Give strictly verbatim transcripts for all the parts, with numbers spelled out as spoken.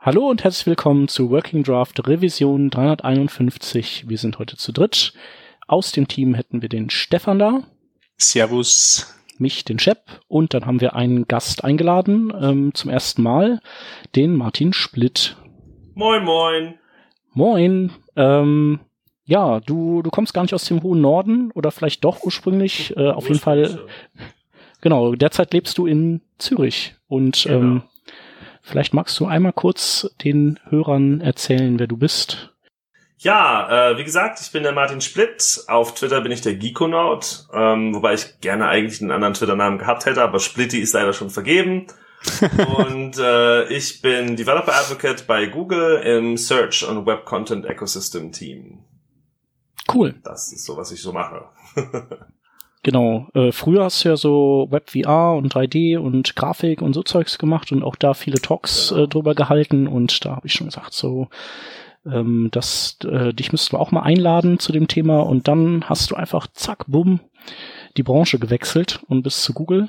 Hallo und herzlich willkommen zu Working Draft Revision dreihunderteinundfünfzig. Wir sind heute zu dritt. Aus dem Team hätten wir den Stefan da. Servus. Mich, den Shep. Und dann haben wir einen Gast eingeladen, ähm, zum ersten Mal, den Martin Splitt. Moin, moin. Moin. Ähm, ja, du, du kommst gar nicht aus dem hohen Norden oder vielleicht doch ursprünglich. Äh, auf jeden Fall. Genau, derzeit lebst du in Zürich. Und Genau. ähm, vielleicht magst du einmal kurz den Hörern erzählen, wer du bist. Ja, äh, wie gesagt, ich bin der Martin Splitt. Auf Twitter bin ich der Geekonaut, ähm, wobei ich gerne eigentlich einen anderen Twitter-Namen gehabt hätte, aber Splitty ist leider schon vergeben. Und äh, ich bin Developer Advocate bei Google im Search und Web Content Ecosystem Team. Cool. Das ist so, was ich so mache. Genau, äh, früher hast du ja so Web-V R und drei D und Grafik und so Zeugs gemacht und auch da viele Talks Genau. äh, drüber gehalten und da habe ich schon gesagt, so, ähm, dass äh, dich müssten wir auch mal einladen zu dem Thema und dann hast du einfach zack, bumm, die Branche gewechselt und bist zu Google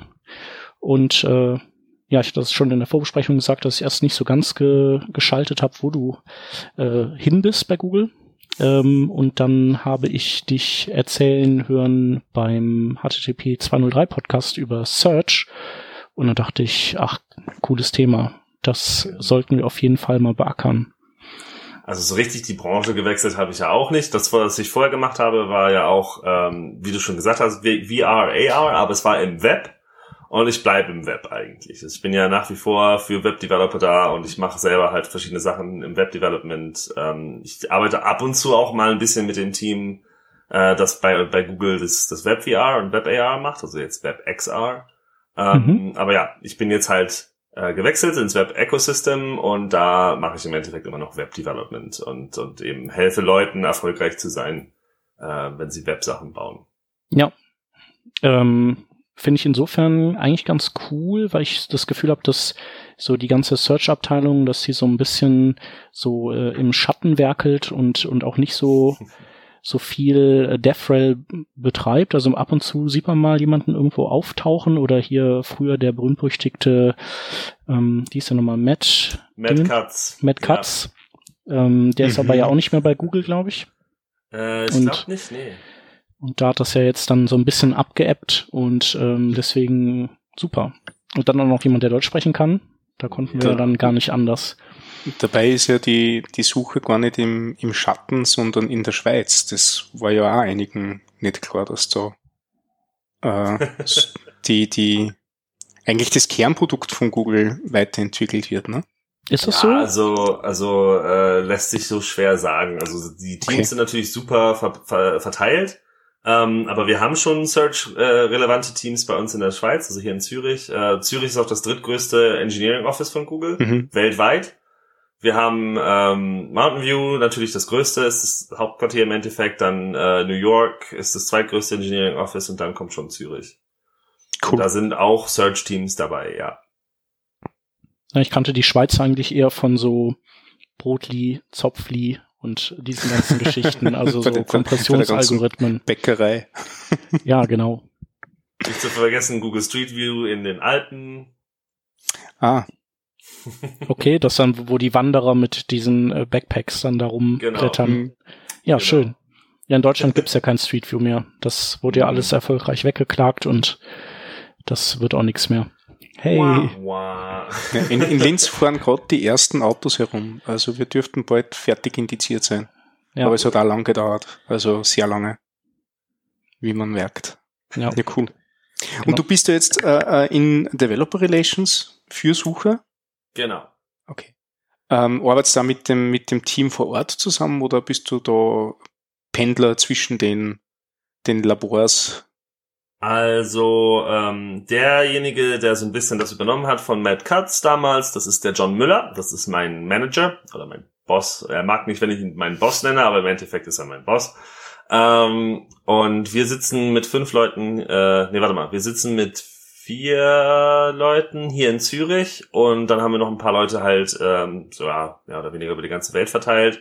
und äh, ja, ich hatte das schon in der Vorbesprechung gesagt, dass ich erst nicht so ganz ge- geschaltet habe, wo du äh, hin bist bei Google. Ähm, und dann habe ich dich erzählen hören beim H T T P zweihundertdrei Podcast über Search und dann dachte ich, ach, cooles Thema, das sollten wir auf jeden Fall mal beackern. Also so richtig die Branche gewechselt habe ich ja auch nicht. Das, was ich vorher gemacht habe, war ja auch, ähm, wie du schon gesagt hast, V R, A R, aber es war im Web. Und ich bleibe im Web eigentlich. Ich bin ja nach wie vor für Web-Developer da und ich mache selber halt verschiedene Sachen im Web-Development. Ähm, ich arbeite ab und zu auch mal ein bisschen mit dem Team, äh, das bei bei Google das, das Web-V R und Web-A R macht, also jetzt Web-X R. Ähm, mhm. Aber ja, ich bin jetzt halt äh, gewechselt ins Web-Ecosystem und da mache ich im Endeffekt immer noch Web-Development und, und eben helfe Leuten, erfolgreich zu sein, äh, wenn sie Web-Sachen bauen. Ja, ähm finde ich insofern eigentlich ganz cool, weil ich das Gefühl habe, dass so die ganze Search-Abteilung, dass sie so ein bisschen so äh, im Schatten werkelt und und auch nicht so so viel äh, DevRel betreibt. Also ab und zu sieht man mal jemanden irgendwo auftauchen oder hier früher der berühmt-berüchtigte, ähm, die ist ja nochmal Matt. Matt Cutts. Matt Cutts. Ja. Ähm, der mhm. ist aber ja auch nicht mehr bei Google, glaube ich. Äh, ich glaube nicht, nee. Und da hat das ja jetzt dann so ein bisschen abgeebbt und ähm, deswegen super. Und dann auch noch jemand, der Deutsch sprechen kann. Da konnten wir ja dann gar nicht anders. Dabei ist ja die die Suche gar nicht im im Schatten, sondern in der Schweiz. Das war ja auch einigen nicht klar, dass da äh, die die eigentlich das Kernprodukt von Google weiterentwickelt wird, ne? Ist das ja, so? Also, also äh, lässt sich so schwer sagen. Also die Teams okay. sind natürlich super ver- ver- verteilt. Ähm, aber wir haben schon Search-relevante äh, Teams bei uns in der Schweiz, also hier in Zürich. Äh, Zürich ist auch das drittgrößte Engineering Office von Google, mhm. weltweit. Wir haben ähm, Mountain View, natürlich das größte, ist das Hauptquartier im Endeffekt. Dann äh, New York ist das zweitgrößte Engineering Office und dann kommt schon Zürich. Cool. Und da sind auch Search-Teams dabei, ja. Ja. Ich kannte die Schweiz eigentlich eher von so Brotli, Zopfli und diesen ganzen Geschichten, also so den, Kompressionsalgorithmen. Bäckerei. Ja, genau. Nicht zu vergessen Google Street View in den Alpen. Ah. Okay, das dann, wo die Wanderer mit diesen äh, Backpacks dann da rumblättern. Genau. Ja, genau. Schön. Ja, in Deutschland gibt's ja kein Street View mehr. Das wurde ja alles erfolgreich weggeklagt und das wird auch nichts mehr. Hey. Wow, wow. Ja, in, in Linz fahren gerade die ersten Autos herum. Also wir dürften bald fertig indiziert sein. Ja. Aber es hat auch lang gedauert. Also sehr lange. Wie man merkt. Ja, ja cool. Genau. Und du bist ja jetzt äh, in Developer Relations für Suche? Genau. Okay. Ähm, arbeitest du da mit dem, mit dem Team vor Ort zusammen oder bist du da Pendler zwischen den, den Labors? Also ähm, derjenige, der so ein bisschen das übernommen hat von Matt Cutts damals, das ist der John Müller, das ist mein Manager oder mein Boss. Er mag nicht, wenn ich ihn meinen Boss nenne, aber im Endeffekt ist er mein Boss. Ähm, und wir sitzen mit fünf Leuten, äh, nee, warte mal, wir sitzen mit vier Leuten hier in Zürich und dann haben wir noch ein paar Leute halt, ähm, so ja, mehr oder weniger über die ganze Welt verteilt.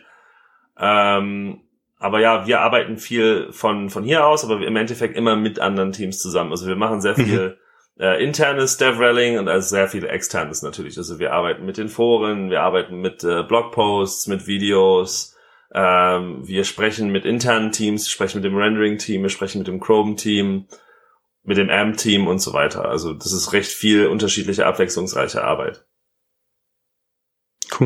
Ähm, Aber ja, wir arbeiten viel von von hier aus, aber im Endeffekt immer mit anderen Teams zusammen. Also wir machen sehr viel äh, internes DevRelling und also sehr viel externes natürlich. Also wir arbeiten mit den Foren, wir arbeiten mit äh, Blogposts, mit Videos, ähm, wir sprechen mit internen Teams, wir sprechen mit dem Rendering-Team, wir sprechen mit dem Chrome-Team, mit dem A M P-Team und so weiter. Also das ist recht viel unterschiedliche, abwechslungsreiche Arbeit. Cool.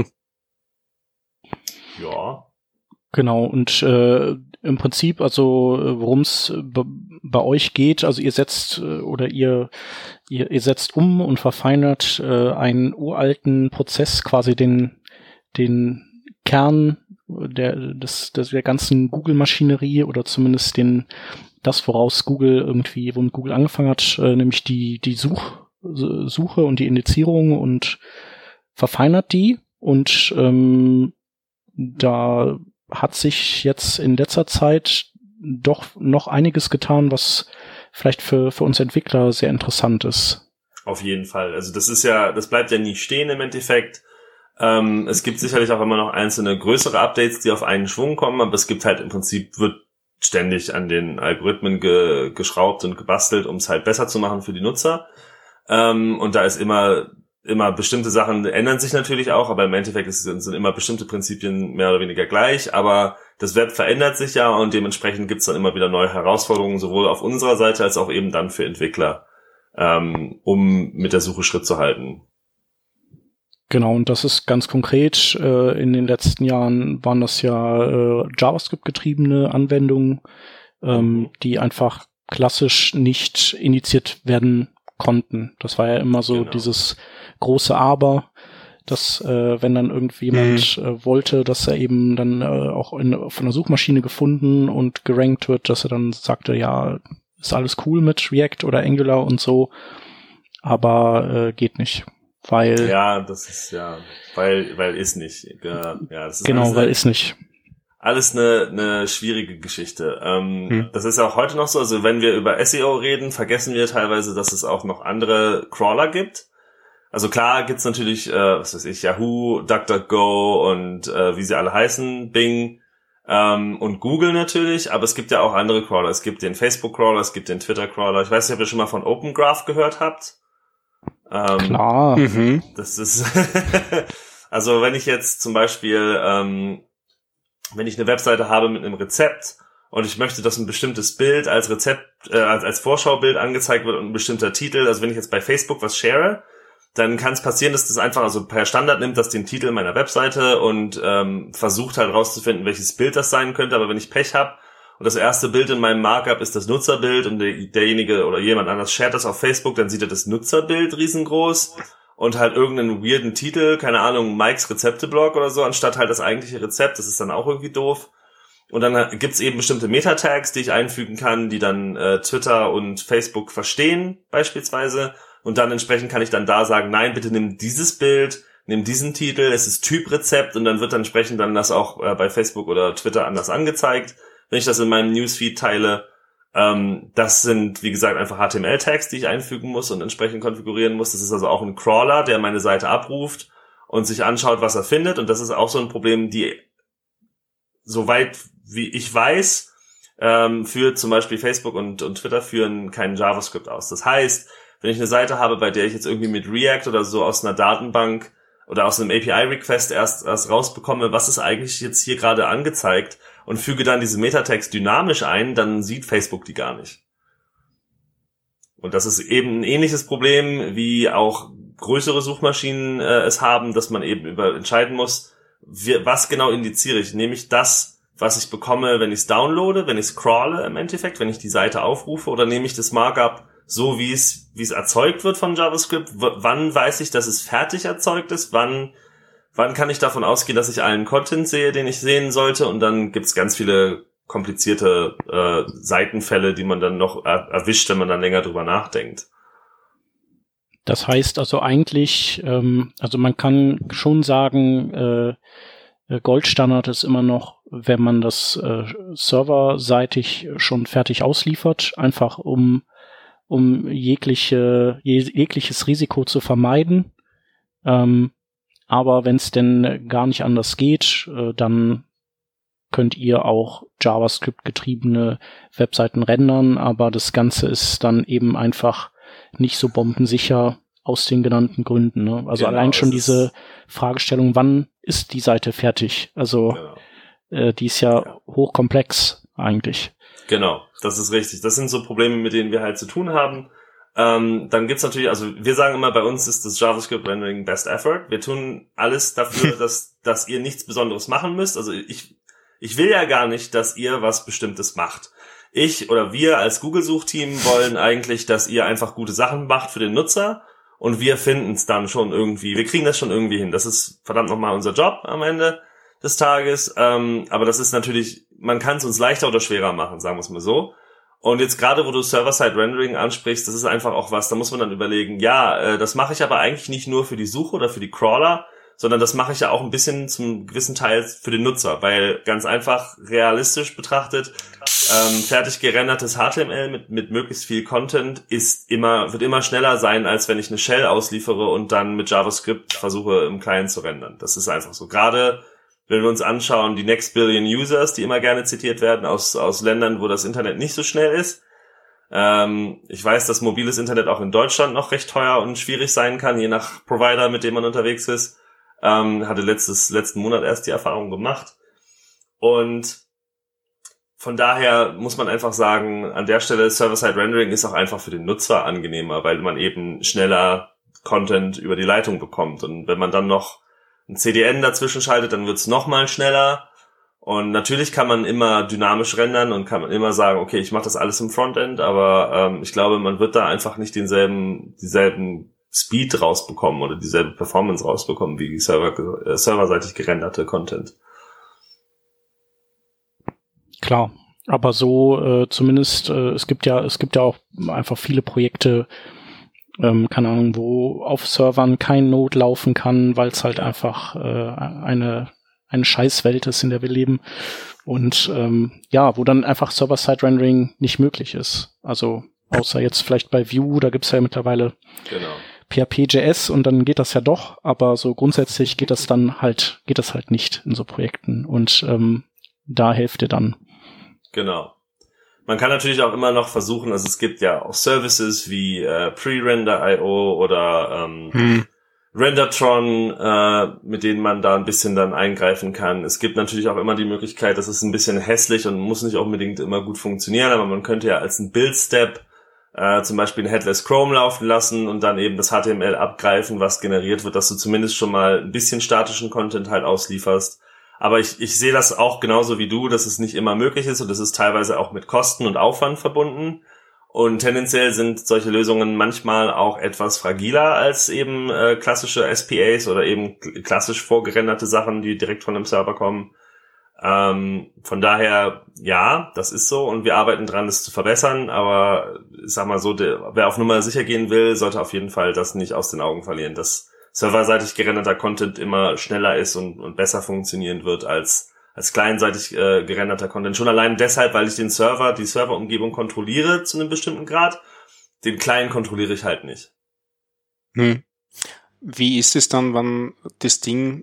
Ja. Genau, und äh, im Prinzip, also worum es b- bei euch geht, also ihr setzt äh, oder ihr, ihr ihr setzt um und verfeinert äh, einen uralten Prozess, quasi den den Kern der des, des der ganzen Google-Maschinerie oder zumindest den das, woraus Google irgendwie, womit Google angefangen hat, äh, nämlich die die Such, Suche und die Indizierung und verfeinert die und ähm, da hat sich jetzt in letzter Zeit doch noch einiges getan, was vielleicht für für uns Entwickler sehr interessant ist. Auf jeden Fall. Also das ist ja, das bleibt ja nie stehen im Endeffekt. Ähm, es gibt sicherlich auch immer noch einzelne größere Updates, die auf einen Schwung kommen, aber es gibt halt im Prinzip, wird ständig an den Algorithmen ge, geschraubt und gebastelt, um es halt besser zu machen für die Nutzer. Ähm, und da ist immer immer bestimmte Sachen ändern sich natürlich auch, aber im Endeffekt ist, sind immer bestimmte Prinzipien mehr oder weniger gleich, aber das Web verändert sich ja und dementsprechend gibt es dann immer wieder neue Herausforderungen, sowohl auf unserer Seite als auch eben dann für Entwickler, ähm, um mit der Suche Schritt zu halten. Genau, und das ist ganz konkret, äh, in den letzten Jahren waren das ja äh, JavaScript-getriebene Anwendungen, ähm, die einfach klassisch nicht initiiert werden konnten. Das war ja immer so Genau. dieses große Aber, dass äh, wenn dann irgendjemand mhm. äh, wollte, dass er eben dann äh, auch in, von der Suchmaschine gefunden und gerankt wird, dass er dann sagte, ja, ist alles cool mit React oder Angular und so, aber äh, geht nicht, weil ja, das ist ja, weil weil ist nicht, ja, das ist genau, weil eine, ist nicht. Alles eine eine schwierige Geschichte. Ähm, hm. Das ist ja auch heute noch so. Also wenn wir über S E O reden, vergessen wir teilweise, dass es auch noch andere Crawler gibt. Also klar gibt's natürlich, äh, was weiß ich, Yahoo, DuckDuckGo und äh, wie sie alle heißen, Bing ähm, und Google natürlich. Aber es gibt ja auch andere Crawler. Es gibt den Facebook-Crawler, es gibt den Twitter-Crawler. Ich weiß nicht, ob ihr schon mal von Open Graph gehört habt. Ähm, Klar. Mhm. Das ist also wenn ich jetzt zum Beispiel ähm, wenn ich eine Webseite habe mit einem Rezept und ich möchte, dass ein bestimmtes Bild als Rezept, äh, als, als Vorschaubild angezeigt wird und ein bestimmter Titel, also wenn ich jetzt bei Facebook was share, dann kann es passieren, dass das einfach also per Standard nimmt, das den Titel meiner Webseite und ähm, versucht halt rauszufinden, welches Bild das sein könnte, aber wenn ich Pech habe und das erste Bild in meinem Markup ist das Nutzerbild und der, derjenige oder jemand anders shared das auf Facebook, dann sieht er das Nutzerbild riesengroß und halt irgendeinen weirden Titel, keine Ahnung, Mikes Rezepteblog oder so, anstatt halt das eigentliche Rezept. Das ist dann auch irgendwie doof. Und dann gibt's eben bestimmte Meta-Tags, die ich einfügen kann, die dann äh, Twitter und Facebook verstehen beispielsweise. Und dann entsprechend kann ich dann da sagen, nein, bitte nimm dieses Bild, nimm diesen Titel, es ist Typ Rezept und dann wird dann entsprechend dann das auch äh, bei Facebook oder Twitter anders angezeigt, wenn ich das in meinem Newsfeed teile. Ähm, das sind, wie gesagt, einfach H T M L-Tags, die ich einfügen muss und entsprechend konfigurieren muss. Das ist also auch ein Crawler, der meine Seite abruft und sich anschaut, was er findet. Und das ist auch so ein Problem, die, soweit wie ich weiß, ähm, führt zum Beispiel Facebook und, und Twitter führen keinen JavaScript aus. Das heißt, wenn ich eine Seite habe, bei der ich jetzt irgendwie mit React oder so aus einer Datenbank oder aus einem A P I-Request erst, erst rausbekomme, was ist eigentlich jetzt hier gerade angezeigt, und füge dann diese Metatext dynamisch ein, dann sieht Facebook die gar nicht. Und das ist eben ein ähnliches Problem, wie auch größere Suchmaschinen äh, es haben, dass man eben über entscheiden muss, wie, was genau indiziere ich. Nehme ich das, was ich bekomme, wenn ich es downloade, wenn ich es crawle im Endeffekt, wenn ich die Seite aufrufe, oder nehme ich das Markup so, wie es wie es erzeugt wird von JavaScript? W- wann weiß ich, dass es fertig erzeugt ist? Wann Wann kann ich davon ausgehen, dass ich allen Content sehe, den ich sehen sollte? Und dann gibt's ganz viele komplizierte äh, Seitenfälle, die man dann noch er- erwischt, wenn man dann länger drüber nachdenkt. Das heißt also eigentlich, ähm, also man kann schon sagen, äh, Goldstandard ist immer noch, wenn man das äh, serverseitig schon fertig ausliefert, einfach um um jegliche je, jegliches Risiko zu vermeiden. Ähm, Aber wenn es denn gar nicht anders geht, äh, dann könnt ihr auch JavaScript-getriebene Webseiten rendern, aber das Ganze ist dann eben einfach nicht so bombensicher aus den genannten Gründen. Ne? Also genau, allein schon diese Fragestellung, wann ist die Seite fertig? Also genau. äh, die ist ja, ja hochkomplex eigentlich. Genau, das ist richtig. Das sind so Probleme, mit denen wir halt zu tun haben. Ähm, dann gibt's natürlich, also wir sagen immer, bei uns ist das JavaScript Rendering Best Effort. Wir tun alles dafür, dass dass ihr nichts Besonderes machen müsst. Also ich ich will ja gar nicht, dass ihr was Bestimmtes macht. Ich oder wir als Google-Suchteam wollen eigentlich, dass ihr einfach gute Sachen macht für den Nutzer und wir finden es dann schon irgendwie. Wir kriegen das schon irgendwie hin. Das ist verdammt nochmal unser Job am Ende des Tages. Ähm, aber das ist natürlich, man kann es uns leichter oder schwerer machen, sagen wir es mal so. Und jetzt gerade, wo du Server-Side-Rendering ansprichst, das ist einfach auch was, da muss man dann überlegen, ja, äh, das mache ich aber eigentlich nicht nur für die Suche oder für die Crawler, sondern das mache ich ja auch ein bisschen zum gewissen Teil für den Nutzer, weil ganz einfach realistisch betrachtet, ähm, fertig gerendertes H T M L mit, mit möglichst viel Content ist immer, wird immer schneller sein, als wenn ich eine Shell ausliefere und dann mit JavaScript versuche, im Client zu rendern. Das ist einfach so. Gerade wenn wir uns anschauen, die Next Billion Users, die immer gerne zitiert werden aus aus Ländern, wo das Internet nicht so schnell ist. Ähm, ich weiß, dass mobiles Internet auch in Deutschland noch recht teuer und schwierig sein kann, je nach Provider, mit dem man unterwegs ist. Ähm, hatte letztes letzten Monat erst die Erfahrung gemacht. Und von daher muss man einfach sagen, an der Stelle Server-Side-Rendering ist auch einfach für den Nutzer angenehmer, weil man eben schneller Content über die Leitung bekommt. Und wenn man dann noch ein C D N dazwischen schaltet, dann wird's noch mal schneller. Und natürlich kann man immer dynamisch rendern und kann man immer sagen, okay, ich mache das alles im Frontend, aber ähm, ich glaube, man wird da einfach nicht denselben, dieselben Speed rausbekommen oder dieselbe Performance rausbekommen wie die Server, äh, serverseitig gerenderte Content. Klar, aber so äh, zumindest, äh, es gibt ja, es gibt ja auch einfach viele Projekte, ähm, keine Ahnung, wo auf Servern kein Node laufen kann, weil es halt einfach äh, eine eine Scheißwelt ist, in der wir leben. Und ähm, ja, wo dann einfach Server-Side-Rendering nicht möglich ist. Also außer jetzt vielleicht bei Vue, da gibt's ja mittlerweile genau. P H P Punkt J S und dann geht das ja doch, aber so grundsätzlich geht das dann halt, geht das halt nicht in so Projekten. Und ähm, da helft ihr dann. Genau. Man kann natürlich auch immer noch versuchen, also es gibt ja auch Services wie äh, Pre-Render Punkt I O oder ähm, hm. Rendertron, äh, mit denen man da ein bisschen dann eingreifen kann. Es gibt natürlich auch immer die Möglichkeit, das ist ein bisschen hässlich und muss nicht unbedingt immer gut funktionieren, aber man könnte ja als ein Build-Step äh, zum Beispiel ein Headless Chrome laufen lassen und dann eben das H T M L abgreifen, was generiert wird, dass du zumindest schon mal ein bisschen statischen Content halt auslieferst. Aber ich, ich sehe das auch genauso wie du, dass es nicht immer möglich ist und es ist teilweise auch mit Kosten und Aufwand verbunden. Und tendenziell sind solche Lösungen manchmal auch etwas fragiler als eben äh, klassische S P As oder eben klassisch vorgerenderte Sachen, die direkt von einem Server kommen. Ähm, von daher, ja, das ist so und wir arbeiten dran, das zu verbessern. Aber ich sag mal so, der, wer auf Nummer sicher gehen will, sollte auf jeden Fall das nicht aus den Augen verlieren, dass serverseitig gerenderter Content immer schneller ist und, und besser funktionieren wird als als clientseitig äh, gerenderter Content. Schon allein deshalb, weil ich den Server, die Serverumgebung kontrolliere zu einem bestimmten Grad. Den Client kontrolliere ich halt nicht. Hm. Wie ist es dann, wenn das Ding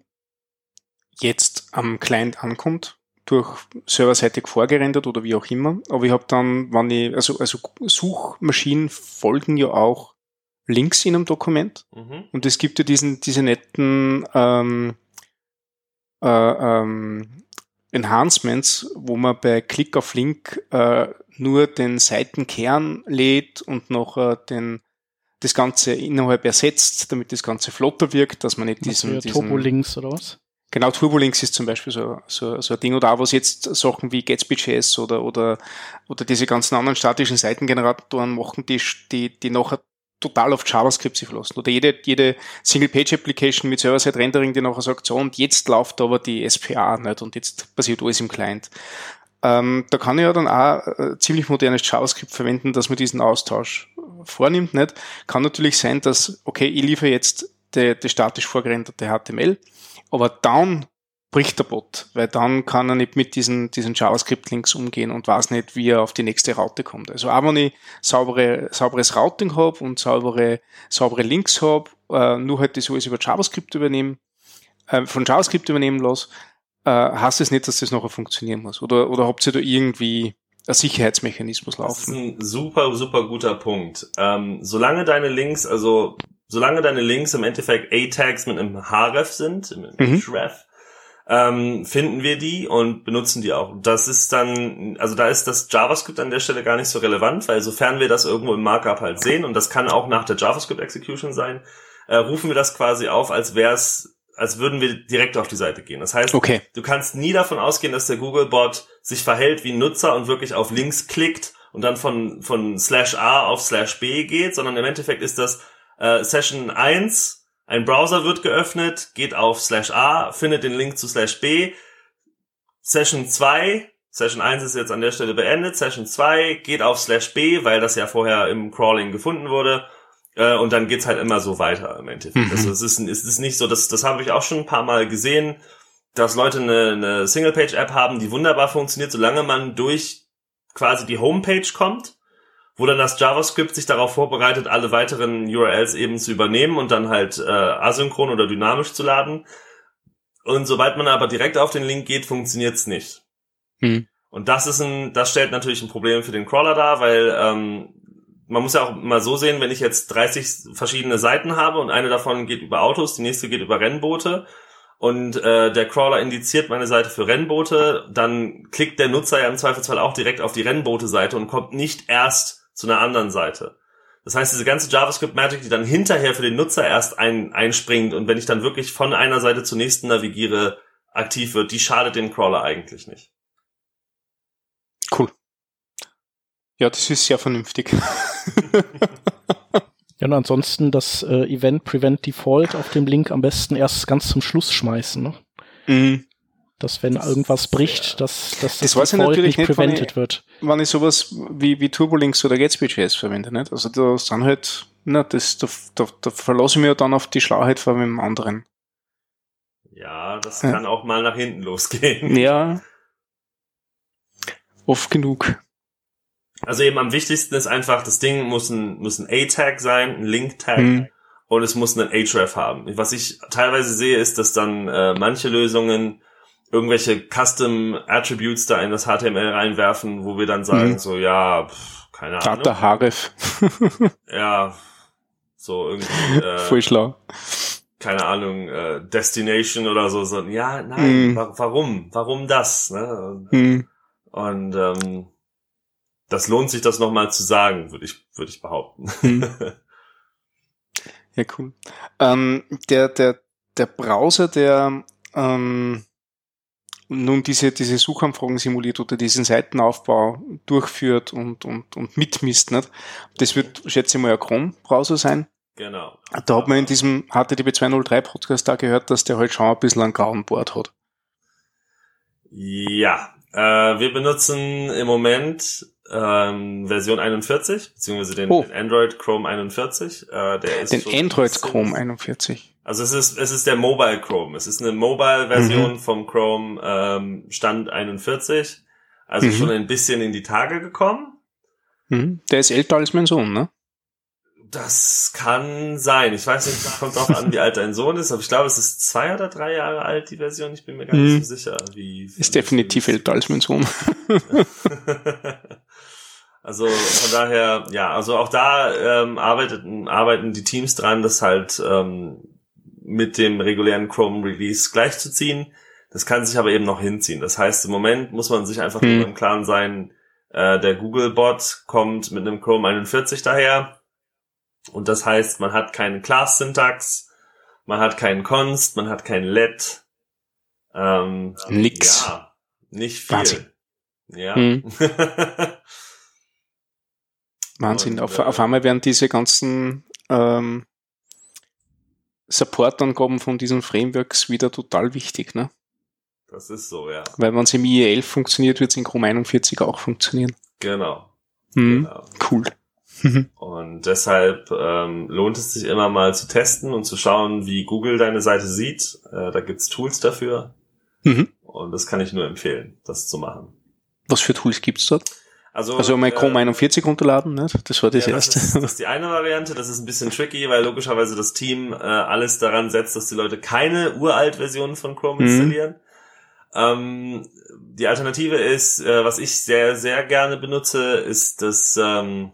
jetzt am Client ankommt, durch serverseitig vorgerendert oder wie auch immer? Aber ich habe dann, wenn ich, also, also Suchmaschinen folgen ja auch Links in einem Dokument. Mhm. Und es gibt ja diesen, diese netten ähm, äh, ähm, Enhancements, wo man bei Klick auf Link äh, nur den Seitenkern lädt und noch äh, den, das Ganze innerhalb ersetzt, damit das Ganze flotter wirkt, dass man nicht diesen... diesen Turbolinks oder was? Genau, Turbolinks ist zum Beispiel so, so, so ein Ding, oder auch was jetzt Sachen wie Gatsby Punkt J S oder, oder, oder diese ganzen anderen statischen Seitengeneratoren machen, die, die, die nachher total auf JavaScript sich verlassen. Oder jede, jede Single-Page-Application mit Server-Side-Rendering, die nachher sagt, so, und jetzt läuft aber die S P A nicht und jetzt passiert alles im Client. Ähm, da kann ich ja dann auch äh, ziemlich modernes JavaScript verwenden, dass man diesen Austausch vornimmt, nicht? Kann natürlich sein, dass, okay, ich liefere jetzt die, die statisch vorgerenderte H T M L, aber dann bricht der Bot, weil dann kann er nicht mit diesen, diesen JavaScript-Links umgehen und weiß nicht, wie er auf die nächste Raute kommt. Also auch wenn ich saubere, sauberes Routing habe und saubere, saubere Links habe, äh, nur halt das alles über JavaScript übernehmen, äh, von JavaScript übernehmen lasse, äh, heißt es nicht, dass das nachher funktionieren muss. Oder, oder habt ihr da irgendwie ein Sicherheitsmechanismus laufen. Das ist ein super, super guter Punkt. Ähm, solange deine Links, also solange deine Links im Endeffekt A-Tags mit einem href sind, mit einem mhm. href, ähm, finden wir die und benutzen die auch. Das ist dann, also da ist das JavaScript an der Stelle gar nicht so relevant, weil sofern wir das irgendwo im Markup halt sehen, und das kann auch nach der JavaScript-Execution sein, äh, rufen wir das quasi auf, als wäre es, als würden wir direkt auf die Seite gehen. Das heißt, okay. du kannst nie davon ausgehen, dass der Googlebot sich verhält wie ein Nutzer und wirklich auf Links klickt und dann von von slash A auf slash B geht, sondern im Endeffekt ist das äh, Session eins, ein Browser wird geöffnet, geht auf slash A, findet den Link zu slash B, Session zwei, Session eins ist jetzt an der Stelle beendet, Session zwei geht auf slash B, weil das ja vorher im Crawling gefunden wurde, äh, und dann geht's halt immer so weiter im Endeffekt. Mhm. Also es ist, es ist nicht so, das, das habe ich auch schon ein paar Mal gesehen, dass Leute eine, eine Single-Page-App haben, die wunderbar funktioniert, solange man durch quasi die Homepage kommt, wo dann das JavaScript sich darauf vorbereitet, alle weiteren U R Ls eben zu übernehmen und dann halt äh, asynchron oder dynamisch zu laden. Und sobald man aber direkt auf den Link geht, funktioniert's nicht. Hm. Und das ist ein, das stellt natürlich ein Problem für den Crawler dar, weil ähm, man muss ja auch mal so sehen, wenn ich jetzt dreißig verschiedene Seiten habe und eine davon geht über Autos, die nächste geht über Rennboote und äh, der Crawler indiziert meine Seite für Rennboote, dann klickt der Nutzer ja im Zweifelsfall auch direkt auf die Rennboote-Seite und kommt nicht erst zu einer anderen Seite. Das heißt, diese ganze JavaScript-Magic, die dann hinterher für den Nutzer erst ein, einspringt und wenn ich dann wirklich von einer Seite zur nächsten navigiere, aktiv wird, die schadet dem Crawler eigentlich nicht. Cool. Ja, das ist sehr vernünftig. Ja, und ansonsten das äh, Event Prevent Default auf dem Link am besten erst ganz zum Schluss schmeißen, ne? Mhm. Dass wenn das irgendwas bricht, dass, dass das, das Default nicht prevented wenn ich, wird. Wenn ich sowas wie, wie Turbolinks oder Gatsby.js verwende, nicht? Also da sind halt, na, das, da, da, da verlasse ich mich ja dann auf die Schlauheit von dem anderen. Ja, das ja. kann auch mal nach hinten losgehen. Ja. Oft genug. Also eben am wichtigsten ist einfach, das Ding muss ein, muss ein A-Tag sein, ein Link-Tag, hm. und es muss einen href haben. Was ich teilweise sehe, ist, dass dann äh, manche Lösungen irgendwelche Custom Attributes da in das H T M L reinwerfen, wo wir dann sagen, mhm. so, ja, pff, keine Ahnung. Data href. Ja, so irgendwie. Äh, Voll schlau. Keine Ahnung, äh, Destination oder so. so ja, nein, mhm. wa- warum? Warum das? Ne? Und, mhm. und ähm, das lohnt sich, das nochmal zu sagen, würde ich, würde ich behaupten. Mhm. Ja, cool. Ähm, der, der, der Browser, der ähm, nun diese, diese Suchanfragen simuliert oder diesen Seitenaufbau durchführt und, und, und mitmisst, nicht? Das wird, schätze ich mal, ein Chrome-Browser sein. Genau. Da hat man in diesem H T T P zwei Punkt null drei Podcast da gehört, dass der halt schon ein bisschen einen grauen Bord hat. Ja, äh, wir benutzen im Moment ähm, Version einundvierzig, beziehungsweise den, oh. den Android Chrome einundvierzig. Äh, der ist den Android Chrome einundvierzig. Also es ist es ist der Mobile Chrome. Es ist eine Mobile-Version mhm. vom Chrome ähm, Stand einundvierzig. Also mhm. schon ein bisschen in die Tage gekommen. Mhm. Der ist älter als mein Sohn, ne? Das kann sein. Ich weiß nicht, kommt auch an, wie alt dein Sohn ist, aber ich glaube, es ist zwei oder drei Jahre alt, die Version. Ich bin mir gar nicht mhm. so sicher. Wie ist definitiv älter als mein Sohn. Also von daher, ja, also auch da ähm, arbeiten, arbeiten die Teams dran, das halt ähm, mit dem regulären Chrome-Release gleichzuziehen. Das kann sich aber eben noch hinziehen. Das heißt, im Moment muss man sich einfach hm. nur im Klaren sein, äh, der Google-Bot kommt mit einem Chrome einundvierzig daher. Und das heißt, man hat keine Class-Syntax, man hat keinen Const, man hat kein Let. Ähm, Nix. Ja, nicht viel. Wahnsinn. Ja. Hm. Wahnsinn. Und, auf, äh, auf einmal werden diese ganzen ähm, Support-Angaben von diesen Frameworks wieder total wichtig, ne? Das ist so, ja. Weil wenn es im I E elf funktioniert, wird es in Chrome einundvierzig auch funktionieren. Genau. Mhm. genau. Cool. Und deshalb ähm, lohnt es sich immer mal zu testen und zu schauen, wie Google deine Seite sieht. Äh, da gibt's Tools dafür. Mhm. Und das kann ich nur empfehlen, das zu machen. Was für Tools gibt's dort? Also, also mal Chrome äh, einundvierzig runterladen, ne? Das war das ja, erste. Das ist, das ist die eine Variante, das ist ein bisschen tricky, weil logischerweise das Team äh, alles daran setzt, dass die Leute keine Uralt-Versionen von Chrome mhm. installieren. Ähm, die Alternative ist, äh, was ich sehr, sehr gerne benutze, ist das, ähm,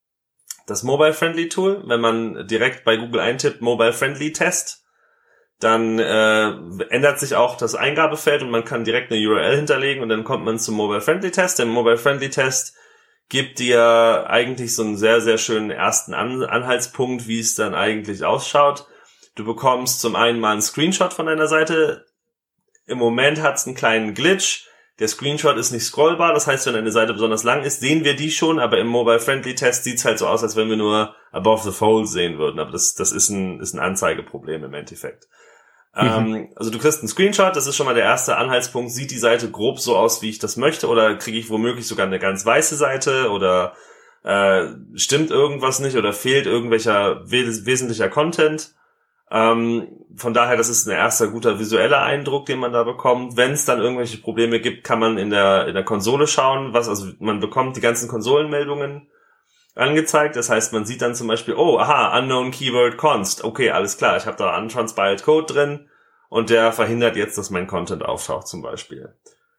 das Mobile-Friendly-Tool. Wenn man direkt bei Google eintippt, Mobile-Friendly-Test, dann äh, ändert sich auch das Eingabefeld und man kann direkt eine U R L hinterlegen und dann kommt man zum Mobile-Friendly-Test. Der Mobile-Friendly-Test gibt dir eigentlich so einen sehr, sehr schönen ersten An- Anhaltspunkt, wie es dann eigentlich ausschaut. Du bekommst zum einen mal einen Screenshot von deiner Seite. Im Moment hat es einen kleinen Glitch. Der Screenshot ist nicht scrollbar, das heißt, wenn eine Seite besonders lang ist, sehen wir die schon, aber im Mobile-Friendly-Test sieht es halt so aus, als wenn wir nur above the fold sehen würden. Aber das, das ist ein, ist ein Anzeigeproblem im Endeffekt. Mhm. Ähm, also du kriegst einen Screenshot, das ist schon mal der erste Anhaltspunkt. Sieht die Seite grob so aus, wie ich das möchte, oder kriege ich womöglich sogar eine ganz weiße Seite, oder äh, stimmt irgendwas nicht, oder fehlt irgendwelcher wes- wesentlicher Content. Ähm, von daher, das ist ein erster guter visueller Eindruck, den man da bekommt. Wenn es dann irgendwelche Probleme gibt, kann man in der in der Konsole schauen, was, also man bekommt die ganzen Konsolenmeldungen angezeigt. Das heißt, man sieht dann zum Beispiel, oh, aha, unknown keyword const. Okay, alles klar, ich habe da untranspiled Code drin und der verhindert jetzt, dass mein Content auftaucht zum Beispiel.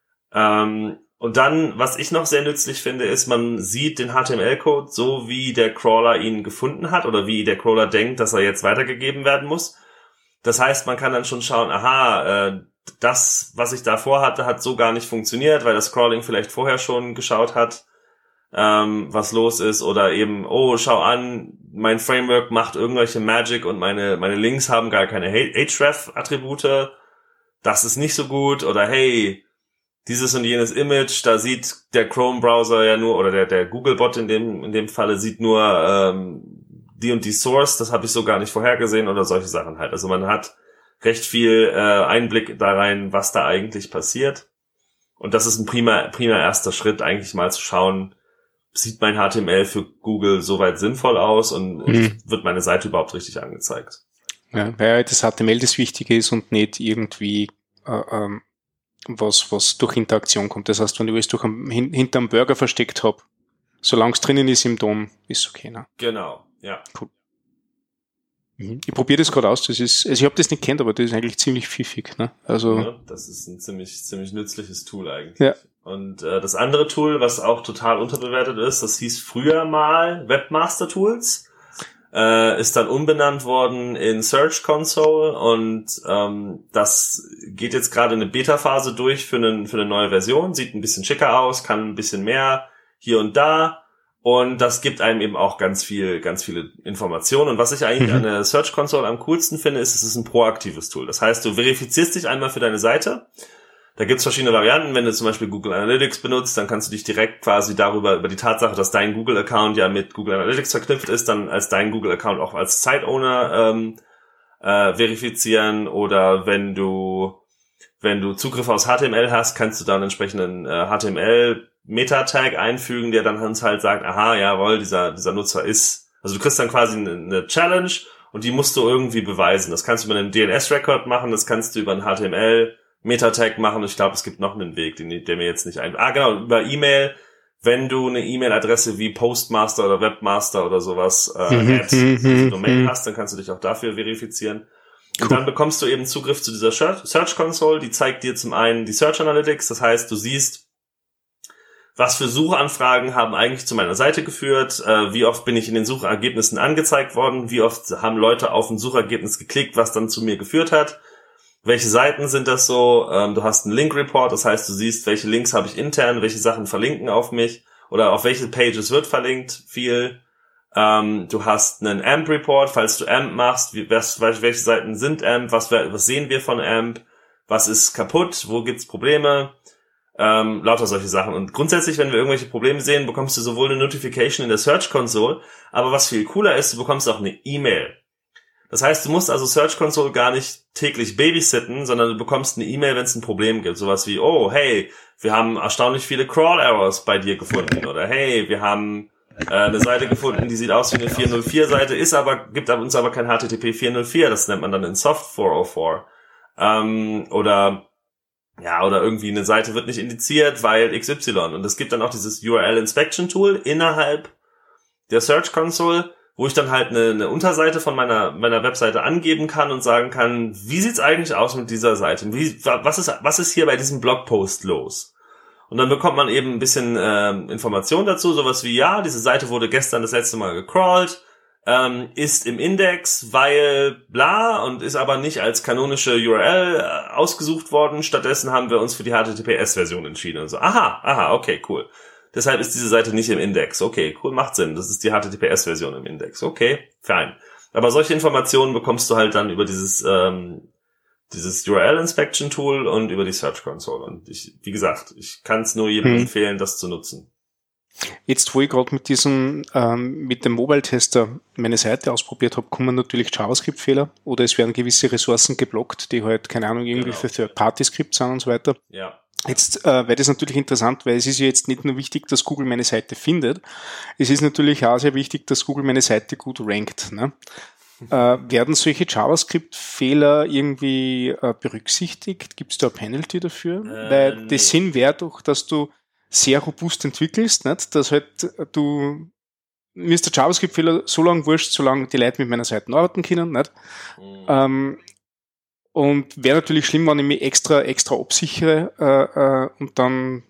Ähm, und dann, was ich noch sehr nützlich finde, ist, man sieht den H T M L-Code so, wie der Crawler ihn gefunden hat oder wie der Crawler denkt, dass er jetzt weitergegeben werden muss. Das heißt, man kann dann schon schauen, aha, äh, das, was ich da vorhatte, hat so gar nicht funktioniert, weil das Crawling vielleicht vorher schon geschaut hat, ähm, was los ist, oder eben, oh, schau an, mein Framework macht irgendwelche Magic und meine meine Links haben gar keine Href-Attribute, das ist nicht so gut, oder hey, dieses und jenes Image, da sieht der Chrome-Browser ja nur, oder der der Google-Bot in dem in dem Falle sieht nur ähm, die und die Source, das habe ich so gar nicht vorhergesehen, oder solche Sachen halt. Also man hat recht viel äh, Einblick da rein, was da eigentlich passiert. Und das ist ein prima prima erster Schritt, eigentlich mal zu schauen, sieht mein H T M L für Google soweit sinnvoll aus und mhm. wird meine Seite überhaupt richtig angezeigt. Ja, weil das H T M L das Wichtige ist und nicht irgendwie äh, ähm, was was durch Interaktion kommt. Das heißt, wenn ich es durch am, hin, hinterm Burger versteckt habe, solange es drinnen ist im D O M, ist okay. Ne? Genau, ja. Cool. Mhm. Ich probiere das gerade aus. Das ist, also ich habe das nicht kennt, aber das ist eigentlich ziemlich pfiffig. Ne? Also ja, das ist ein ziemlich ziemlich nützliches Tool eigentlich. Ja. Und äh, das andere Tool, was auch total unterbewertet ist, das hieß früher mal Webmaster Tools, äh, ist dann umbenannt worden in Search Console und ähm, das geht jetzt gerade eine Beta-Phase durch für eine, für eine neue Version, sieht ein bisschen schicker aus, kann ein bisschen mehr hier und da und das gibt einem eben auch ganz viel, ganz viele Informationen. Und was ich eigentlich mhm. an der Search Console am coolsten finde, ist, es ist ein proaktives Tool. Das heißt, du verifizierst dich einmal für deine Seite. Da gibt's verschiedene Varianten. Wenn du zum Beispiel Google Analytics benutzt, dann kannst du dich direkt quasi darüber, über die Tatsache, dass dein Google-Account ja mit Google Analytics verknüpft ist, dann als dein Google-Account auch als Site-Owner ähm, äh, verifizieren. Oder wenn du wenn du Zugriff aufs H T M L hast, kannst du dann entsprechenden äh, H T M L-Meta-Tag einfügen, der dann uns halt sagt, aha, jawohl, dieser dieser Nutzer ist... Also du kriegst dann quasi eine, eine Challenge und die musst du irgendwie beweisen. Das kannst du über einen D N S-Record machen, das kannst du über einen H T M L Meta-Tag machen. Ich glaube, es gibt noch einen Weg, den, der mir jetzt nicht ein... Ah, genau, über E-Mail, wenn du eine E-Mail-Adresse wie Postmaster oder Webmaster oder sowas äh, at diese Domain hast, dann kannst du dich auch dafür verifizieren. Und cool. Dann bekommst du eben Zugriff zu dieser Search Console, die zeigt dir zum einen die Search Analytics, das heißt, du siehst, was für Suchanfragen haben eigentlich zu meiner Seite geführt, äh, wie oft bin ich in den Suchergebnissen angezeigt worden, wie oft haben Leute auf ein Suchergebnis geklickt, was dann zu mir geführt hat. Welche Seiten sind das so? Ähm, du hast einen Link-Report, das heißt, du siehst, welche Links habe ich intern, welche Sachen verlinken auf mich oder auf welche Pages wird verlinkt, viel. Ähm, du hast einen A M P-Report, falls du A M P machst, wie, was, welche Seiten sind A M P, was, was sehen wir von A M P, was ist kaputt, wo gibt's Probleme, ähm, lauter solche Sachen. Und grundsätzlich, wenn wir irgendwelche Probleme sehen, bekommst du sowohl eine Notification in der Search Console, aber was viel cooler ist, du bekommst auch eine E-Mail. Das heißt, du musst also Search Console gar nicht täglich babysitten, sondern du bekommst eine E-Mail, wenn es ein Problem gibt. Sowas wie, oh, hey, wir haben erstaunlich viele Crawl-Errors bei dir gefunden. Oder hey, wir haben äh, eine Seite gefunden, die sieht aus wie eine vier null vier Seite, ist aber, gibt uns aber kein H T T P vier null vier, das nennt man dann in Soft vier null vier. Ähm, oder ja, oder irgendwie eine Seite wird nicht indiziert, weil X Y. Und es gibt dann auch dieses U R L Inspection Tool innerhalb der Search Console, wo ich dann halt eine, eine Unterseite von meiner meiner Webseite angeben kann und sagen kann, wie sieht's eigentlich aus mit dieser Seite? Wie, was ist was ist hier bei diesem Blogpost los? Und dann bekommt man eben ein bisschen äh, Information dazu, sowas wie, ja, diese Seite wurde gestern das letzte Mal gecrawlt, ähm, ist im Index, weil bla, und ist aber nicht als kanonische U R L äh, ausgesucht worden. Stattdessen haben wir uns für die H T T P S-Version entschieden und so. Aha, aha, okay, cool. Deshalb ist diese Seite nicht im Index. Okay, cool, macht Sinn. Das ist die H T T P S-Version im Index. Okay, fein. Aber solche Informationen bekommst du halt dann über dieses ähm, dieses U R L-Inspection-Tool und über die Search Console. Und ich, wie gesagt, ich kann es nur jedem hm. empfehlen, das zu nutzen. Jetzt, wo ich gerade mit diesem, ähm, mit dem Mobile-Tester meine Seite ausprobiert habe, kommen natürlich JavaScript-Fehler oder es werden gewisse Ressourcen geblockt, die halt, keine Ahnung, irgendwie genau. für Third-Party-Scripts sind und so weiter. Ja. Jetzt äh, wäre das natürlich interessant, weil es ist ja jetzt nicht nur wichtig, dass Google meine Seite findet, es ist natürlich auch sehr wichtig, dass Google meine Seite gut rankt, ne? Äh, werden solche JavaScript-Fehler irgendwie äh, berücksichtigt? Gibt es da ein Penalty dafür? Äh, Weil nee. Der Sinn wäre doch, dass du sehr robust entwickelst, nicht? Dass halt du, mir ist der JavaScript-Fehler so lange wurscht, solange die Leute mit meiner Seite arbeiten können, nicht? Mhm. Ähm, und wäre natürlich schlimm, wenn ich mich extra, extra absichere äh, äh, und dann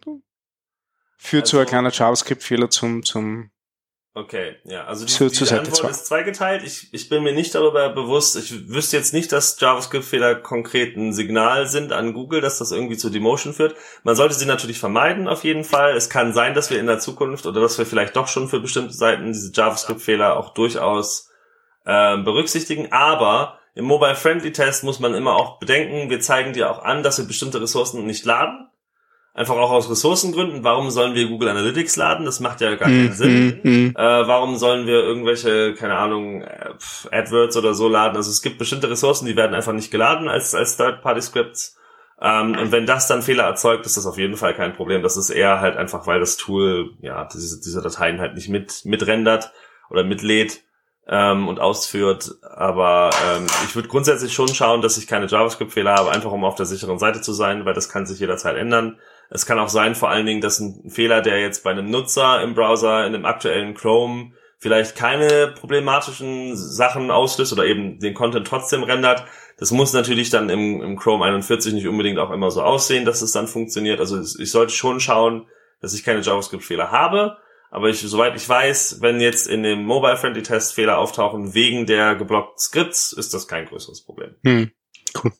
führt also, so ein kleiner JavaScript-Fehler zum, zum Okay, ja, also die, zu, die Antwort zwei. ist zweigeteilt. Ich, ich bin mir nicht darüber bewusst, ich wüsste jetzt nicht, dass JavaScript-Fehler konkret ein Signal sind an Google, dass das irgendwie zu Demotion führt. Man sollte sie natürlich vermeiden, auf jeden Fall. Es kann sein, dass wir in der Zukunft oder dass wir vielleicht doch schon für bestimmte Seiten diese JavaScript-Fehler auch durchaus äh, berücksichtigen. Aber im Mobile-Friendly-Test muss man immer auch bedenken, wir zeigen dir auch an, dass wir bestimmte Ressourcen nicht laden. Einfach auch aus Ressourcengründen. Warum sollen wir Google Analytics laden? Das macht ja gar keinen mm, Sinn. Mm, mm. Äh, warum sollen wir irgendwelche, keine Ahnung, AdWords oder so laden? Also es gibt bestimmte Ressourcen, die werden einfach nicht geladen als als Third-Party-Scripts. Ähm, und wenn das dann Fehler erzeugt, ist das auf jeden Fall kein Problem. Das ist eher halt einfach, weil das Tool ja diese, diese Dateien halt nicht mit mitrendert oder mitlädt ähm, und ausführt. Aber ähm, ich würde grundsätzlich schon schauen, dass ich keine JavaScript-Fehler habe, einfach um auf der sicheren Seite zu sein, weil das kann sich jederzeit ändern. Es kann auch sein, vor allen Dingen, dass ein Fehler, der jetzt bei einem Nutzer im Browser, in einem aktuellen Chrome, vielleicht keine problematischen Sachen auslöst oder eben den Content trotzdem rendert. Das muss natürlich dann im, im Chrome einundvierzig nicht unbedingt auch immer so aussehen, dass es dann funktioniert. Also ich sollte schon schauen, dass ich keine JavaScript-Fehler habe. Aber ich, soweit ich weiß, wenn jetzt in dem Mobile-Friendly-Test Fehler auftauchen wegen der geblockten Skripts, ist das kein größeres Problem. Hm, cool.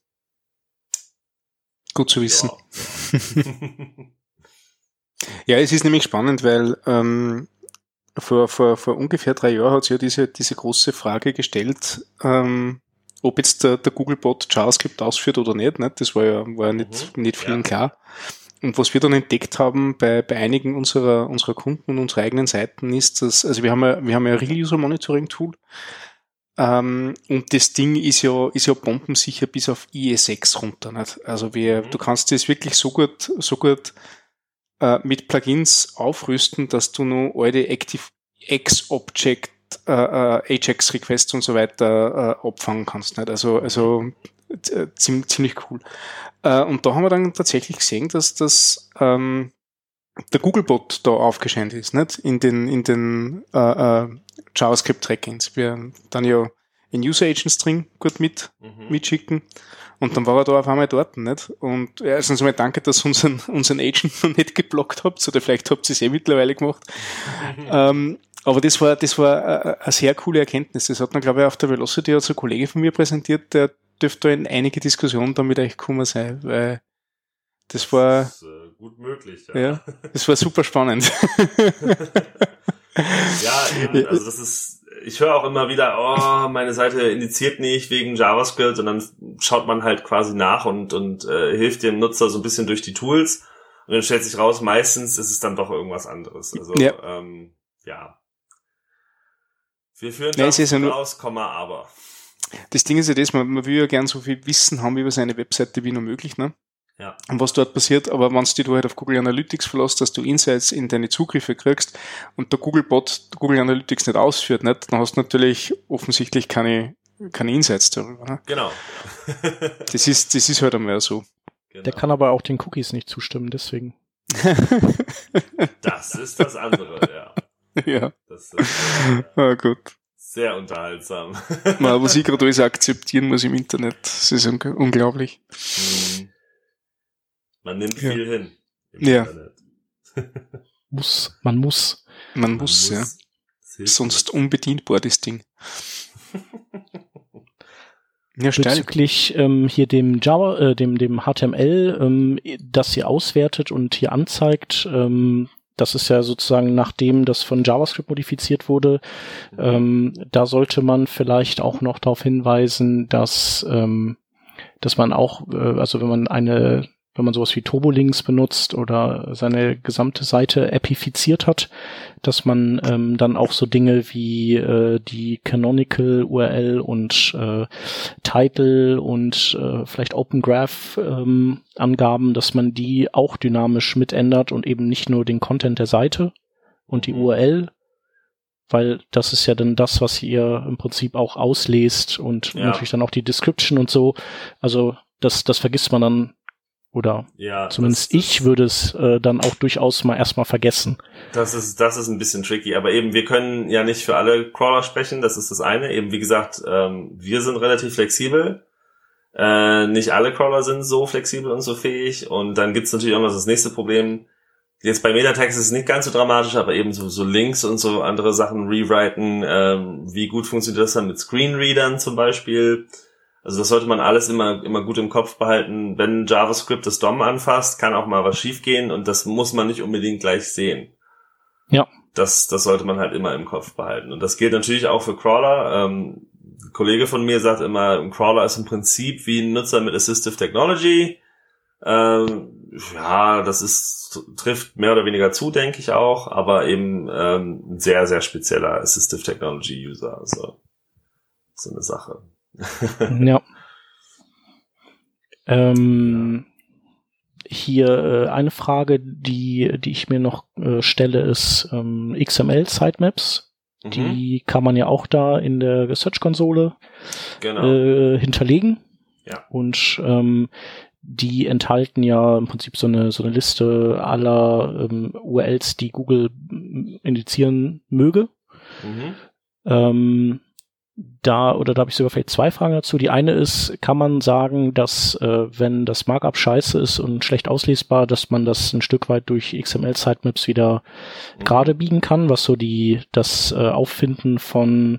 Gut zu wissen. Ja. Ja, es ist nämlich spannend, weil ähm, vor, vor, vor ungefähr drei Jahren hat es ja diese, diese große Frage gestellt, ähm, ob jetzt der, der Googlebot JavaScript ausführt oder nicht. nicht? Das war ja, war ja nicht, mhm. nicht vielen ja. klar. Und was wir dann entdeckt haben bei, bei einigen unserer, unserer Kunden und unserer eigenen Seiten ist, dass, also wir haben ja, wir haben ja ein Real-User-Monitoring-Tool, Ähm, und das Ding ist ja, ist ja bombensicher bis auf I E sechs runter, nicht? Also wir, mhm. du kannst das wirklich so gut, so gut, äh, mit Plugins aufrüsten, dass du noch alte ActiveX-Object, äh, äh, Ajax-Requests und so weiter, äh, abfangen kannst, nicht? Also, also, äh, ziemlich, ziemlich cool. Äh, und da haben wir dann tatsächlich gesehen, dass das, ähm, der Googlebot da aufgescheint ist, nicht? In den, in den, äh, äh, JavaScript-Trackings. Wir dann ja in User Agent String gut mit, mhm. mitschicken. Und dann war er da auf einmal dort, nicht? Und ja, erstens mal danke, dass ihr unseren, unseren Agent noch nicht geblockt habt, oder vielleicht habt ihr es eh mittlerweile gemacht. Mhm. Ähm, aber das war, das war eine, eine sehr coole Erkenntnis. Das hat dann, glaube ich, auf der Velocity als ein Kollege von mir präsentiert, der dürfte da in einige Diskussionen da mit euch gekommen sein, weil das war, das ist äh, gut möglich, ja. ja. Das war super spannend. Ja, eben, also das ist, ich höre auch immer wieder, oh, meine Seite indiziert nicht wegen JavaScript, und dann schaut man halt quasi nach und und äh, hilft dem Nutzer so ein bisschen durch die Tools, und dann stellt sich raus, meistens ist es dann doch irgendwas anderes. Also ja, ähm, ja. Wir führen ja, das ja nur, aus, Komma, aber. Das Ding ist ja das, man, man will ja gern so viel Wissen haben über seine Webseite wie nur möglich, ne? Ja. Und was dort passiert, aber wenn du dich halt auf Google Analytics verlässt, dass du Insights in deine Zugriffe kriegst und der Googlebot Google Analytics nicht ausführt, nicht, dann hast du natürlich offensichtlich keine, keine Insights darüber. Ne? Genau. Das ist, das ist halt einmal so. Genau. Der kann aber auch den Cookies nicht zustimmen, deswegen. Das ist das andere, ja. Ja. Das ist, ja. Ah, gut. Sehr unterhaltsam. Man, was ich gerade alles akzeptieren muss im Internet, das ist un- unglaublich. Man nimmt Ja. viel hin. Im Ja. Internet. Muss, man muss. Man, Man muss, ja. Es hilft Sonst unbedienbar, das Ding. Ja, steil. Bezüglich ähm, hier dem Java, äh, dem dem H T M L, ähm, das hier auswertet und hier anzeigt, ähm, das ist ja sozusagen nachdem das von JavaScript modifiziert wurde. Ähm, da sollte man vielleicht auch noch darauf hinweisen, dass ähm, dass man auch, äh, also wenn man eine wenn man sowas wie Turbolinks benutzt oder seine gesamte Seite apifiziert hat, dass man ähm, dann auch so Dinge wie äh, die Canonical U R L und äh, Title und äh, vielleicht Open Graph ähm, Angaben, dass man die auch dynamisch mitändert und eben nicht nur den Content der Seite und die U R L, weil das ist ja dann das, was ihr im Prinzip auch auslest und Ja. natürlich dann auch die Description und so. Also das, das vergisst man dann. Oder Ja, zumindest das, ich würde es äh, dann auch durchaus mal erstmal vergessen. Das ist, das ist ein bisschen tricky, aber eben, wir können ja nicht für alle Crawler sprechen, das ist das eine. Eben, wie gesagt, ähm, wir sind relativ flexibel. Äh, nicht alle Crawler sind so flexibel und so fähig. Und dann gibt's natürlich auch noch das nächste Problem. Jetzt bei Metatext ist es nicht ganz so dramatisch, aber eben so, so Links und so andere Sachen rewriten. Ähm, wie gut funktioniert das dann mit Screenreadern zum Beispiel? Also das sollte man alles immer immer gut im Kopf behalten. Wenn JavaScript das D O M anfasst, kann auch mal was schiefgehen und das muss man nicht unbedingt gleich sehen. Ja. Das das sollte man halt immer im Kopf behalten. Und das gilt natürlich auch für Crawler. Ähm, ein Kollege von mir sagt immer, ein Crawler ist im Prinzip wie ein Nutzer mit Assistive Technology. Ähm, ja, das ist trifft mehr oder weniger zu, denke ich auch, aber eben ähm, ein sehr, sehr spezieller Assistive Technology User. Also so eine Sache. Ja. Ähm, hier äh, eine Frage, die die ich mir noch äh, stelle, ist ähm, X M L Sitemaps. Mhm. Die kann man ja auch da in der Search-Konsole Genau. äh, hinterlegen. Ja. Und ähm, die enthalten ja im Prinzip so eine so eine Liste aller ähm, U R Ls, die Google indizieren möge. Mhm. Ähm, da oder da habe ich sogar vielleicht zwei Fragen dazu. Die eine ist, kann man sagen, dass äh, wenn das Markup scheiße ist und schlecht auslesbar, dass man das ein Stück weit durch X M L Sitemaps wieder Mhm. gerade biegen kann, was so die das äh, Auffinden von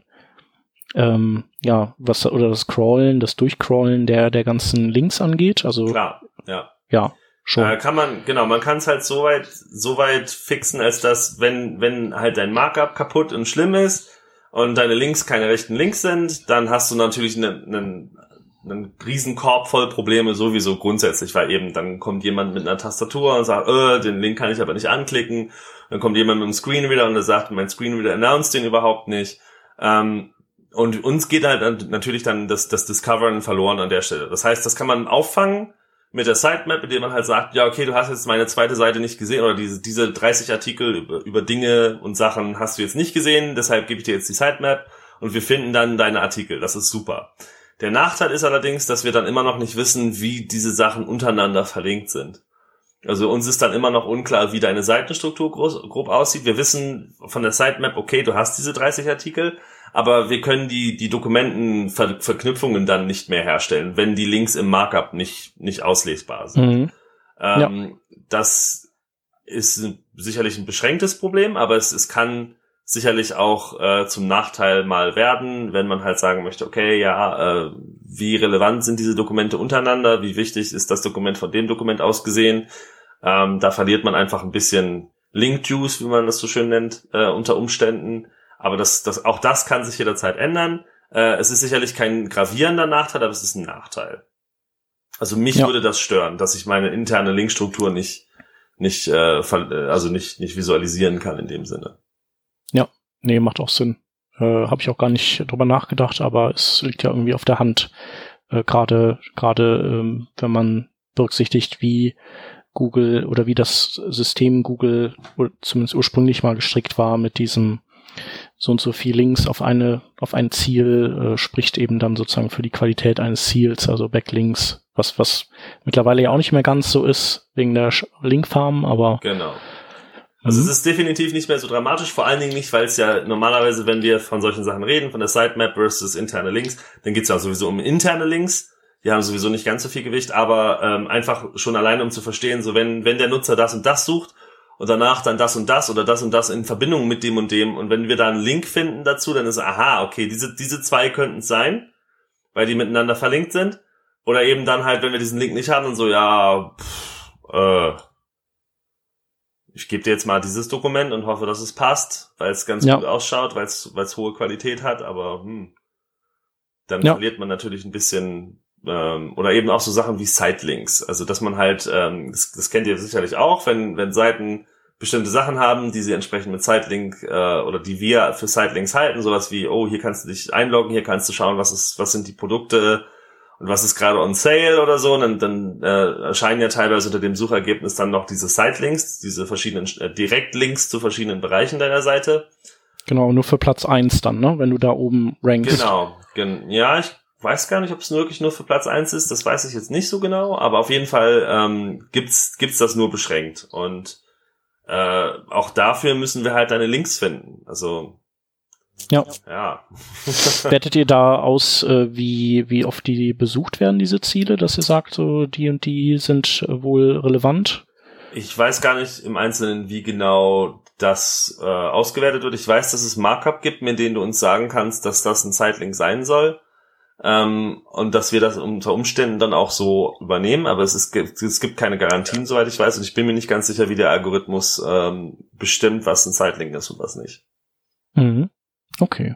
ähm, ja was oder das Crawlen, das Durchcrawlen der der ganzen Links angeht. Also Klar, ja. ja schon. Äh, kann man, genau, man kann es halt so weit, so weit fixen, als dass, wenn, wenn halt dein Markup kaputt und schlimm ist und deine Links keine rechten Links sind, dann hast du natürlich einen, einen, einen riesen Korb voll Probleme sowieso grundsätzlich, weil eben dann kommt jemand mit einer Tastatur und sagt, äh, den Link kann ich aber nicht anklicken. Dann kommt jemand mit einem Screenreader und der sagt, mein Screenreader announced den überhaupt nicht. Ähm, und uns geht halt natürlich dann das, das Discoveren verloren an der Stelle. Das heißt, das kann man auffangen mit der Sitemap, indem man halt sagt, ja, okay, du hast jetzt meine zweite Seite nicht gesehen oder diese diese dreißig Artikel über, über Dinge und Sachen hast du jetzt nicht gesehen, deshalb gebe ich dir jetzt die Sitemap und wir finden dann deine Artikel. Das ist super. Der Nachteil ist allerdings, dass wir dann immer noch nicht wissen, wie diese Sachen untereinander verlinkt sind. Also uns ist dann immer noch unklar, wie deine Seitenstruktur groß, grob aussieht. Wir wissen von der Sitemap, okay, du hast diese dreißig Artikel, aber wir können die die Dokumentenverknüpfungen dann nicht mehr herstellen, wenn die Links im Markup nicht nicht auslesbar sind. Mhm. Ähm, ja. Das ist sicherlich ein beschränktes Problem, aber es, es kann sicherlich auch äh, zum Nachteil mal werden, wenn man halt sagen möchte, okay, ja, äh, wie relevant sind diese Dokumente untereinander, wie wichtig ist das Dokument von dem Dokument aus gesehen. Ähm, da verliert man einfach ein bisschen Link-Juice, wie man das so schön nennt, äh, unter Umständen. Aber das, das, auch das kann sich jederzeit ändern. Äh, es ist sicherlich kein gravierender Nachteil, aber es ist ein Nachteil. Also mich ja. würde das stören, dass ich meine interne Linkstruktur nicht, nicht, äh, also nicht, nicht visualisieren kann in dem Sinne. Ja, nee, macht auch Sinn. Äh, Habe ich auch gar nicht drüber nachgedacht, aber es liegt ja irgendwie auf der Hand. Äh, gerade, gerade, ähm, wenn man berücksichtigt, wie Google oder wie das System Google zumindest ursprünglich mal gestrickt war mit diesem so und so viel Links auf eine auf ein Ziel, äh, spricht eben dann sozusagen für die Qualität eines Ziels, also Backlinks, was was mittlerweile ja auch nicht mehr ganz so ist wegen der Linkfarm, aber genau. Also Mhm. es ist definitiv nicht mehr so dramatisch, vor allen Dingen nicht, weil es ja normalerweise, wenn wir von solchen Sachen reden, von der Sitemap versus interne Links, dann geht's ja sowieso um interne Links. Die haben sowieso nicht ganz so viel Gewicht, aber ähm, einfach schon alleine, um zu verstehen, so wenn wenn der Nutzer das und das sucht und danach dann das und das oder das und das in Verbindung mit dem und dem und wenn wir da einen Link finden dazu, dann ist aha, okay, diese diese zwei könnten es sein, weil die miteinander verlinkt sind. Oder eben dann halt, wenn wir diesen Link nicht haben und so, ja, pff, äh, ich gebe dir jetzt mal dieses Dokument und hoffe, dass es passt, weil es ganz Ja. gut ausschaut, weil es weil es hohe Qualität hat, aber hm, dann Ja. verliert man natürlich ein bisschen, ähm, oder eben auch so Sachen wie Sitelinks, also dass man halt, ähm, das, das kennt ihr sicherlich auch, wenn wenn Seiten bestimmte Sachen haben, die sie entsprechend mit Sitelink äh, oder die wir für Sitelinks halten, sowas wie, oh, hier kannst du dich einloggen, hier kannst du schauen, was ist, was sind die Produkte und was ist gerade on sale oder so, und dann, dann äh, erscheinen ja teilweise unter dem Suchergebnis dann noch diese Sitelinks, diese verschiedenen äh, Direktlinks zu verschiedenen Bereichen deiner Seite. Genau, nur für Platz eins dann, ne? Wenn du da oben rankst. Genau, gen- ja, ich weiß gar nicht, ob es wirklich nur für Platz eins ist, das weiß ich jetzt nicht so genau, aber auf jeden Fall ähm, gibt's gibt's das nur beschränkt und äh, auch dafür müssen wir halt deine Links finden, also Ja. ja. Wertet ihr da aus, äh, wie, wie oft die besucht werden, diese Ziele, dass ihr sagt, so die und die sind äh, wohl relevant? Ich weiß gar nicht im Einzelnen, wie genau das äh, ausgewertet wird. Ich weiß, dass es Markup gibt, mit denen du uns sagen kannst, dass das ein Sitelink sein soll. Ähm, und dass wir das unter Umständen dann auch so übernehmen. Aber es, ist, es gibt keine Garantien, soweit ich weiß. Und ich bin mir nicht ganz sicher, wie der Algorithmus ähm, bestimmt, was ein Sitelink ist und was nicht. Mhm. Okay.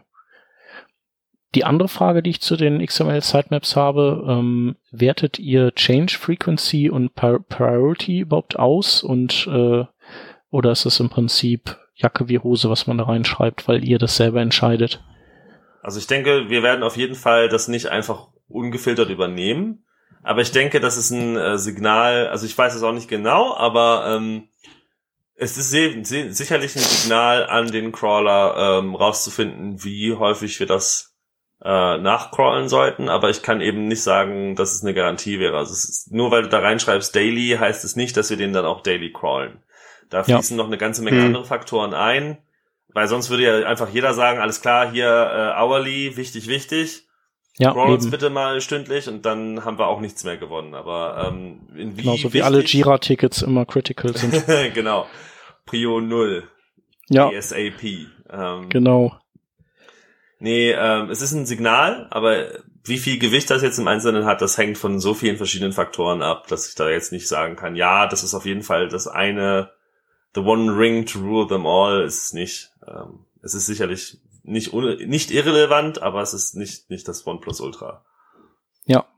Die andere Frage, die ich zu den X M L-Sitemaps habe, ähm, wertet ihr Change Frequency und Pri- Priority überhaupt aus und äh, oder ist es im Prinzip Jacke wie Hose, was man da reinschreibt, weil ihr das selber entscheidet? Also ich denke, wir werden auf jeden Fall das nicht einfach ungefiltert übernehmen. Aber ich denke, das ist ein äh, Signal, also ich weiß es auch nicht genau, aber ähm, es ist se- se- sicherlich ein Signal an den Crawler, ähm, rauszufinden, wie häufig wir das äh, nachcrawlen sollten, aber ich kann eben nicht sagen, dass es eine Garantie wäre. Also es ist, nur weil du da reinschreibst daily, heißt es nicht, dass wir den dann auch daily crawlen. Da Ja. fließen noch eine ganze Menge Hm. andere Faktoren ein, weil sonst würde ja einfach jeder sagen, alles klar, hier äh, hourly, wichtig, wichtig, Ja, crawl uns eben. bitte mal stündlich und dann haben wir auch nichts mehr gewonnen. Aber ähm, in wie Genauso wie wichtig, alle Jira-Tickets immer critical sind. genau, Prio null, Ja, ASAP. Ähm, genau. Nee, ähm, es ist ein Signal, aber wie viel Gewicht das jetzt im Einzelnen hat, das hängt von so vielen verschiedenen Faktoren ab, dass ich da jetzt nicht sagen kann, ja, das ist auf jeden Fall das eine, the one ring to rule them all, ist es nicht. Ähm, es ist sicherlich nicht un- nicht irrelevant, aber es ist nicht nicht das Nonplusultra. Ja.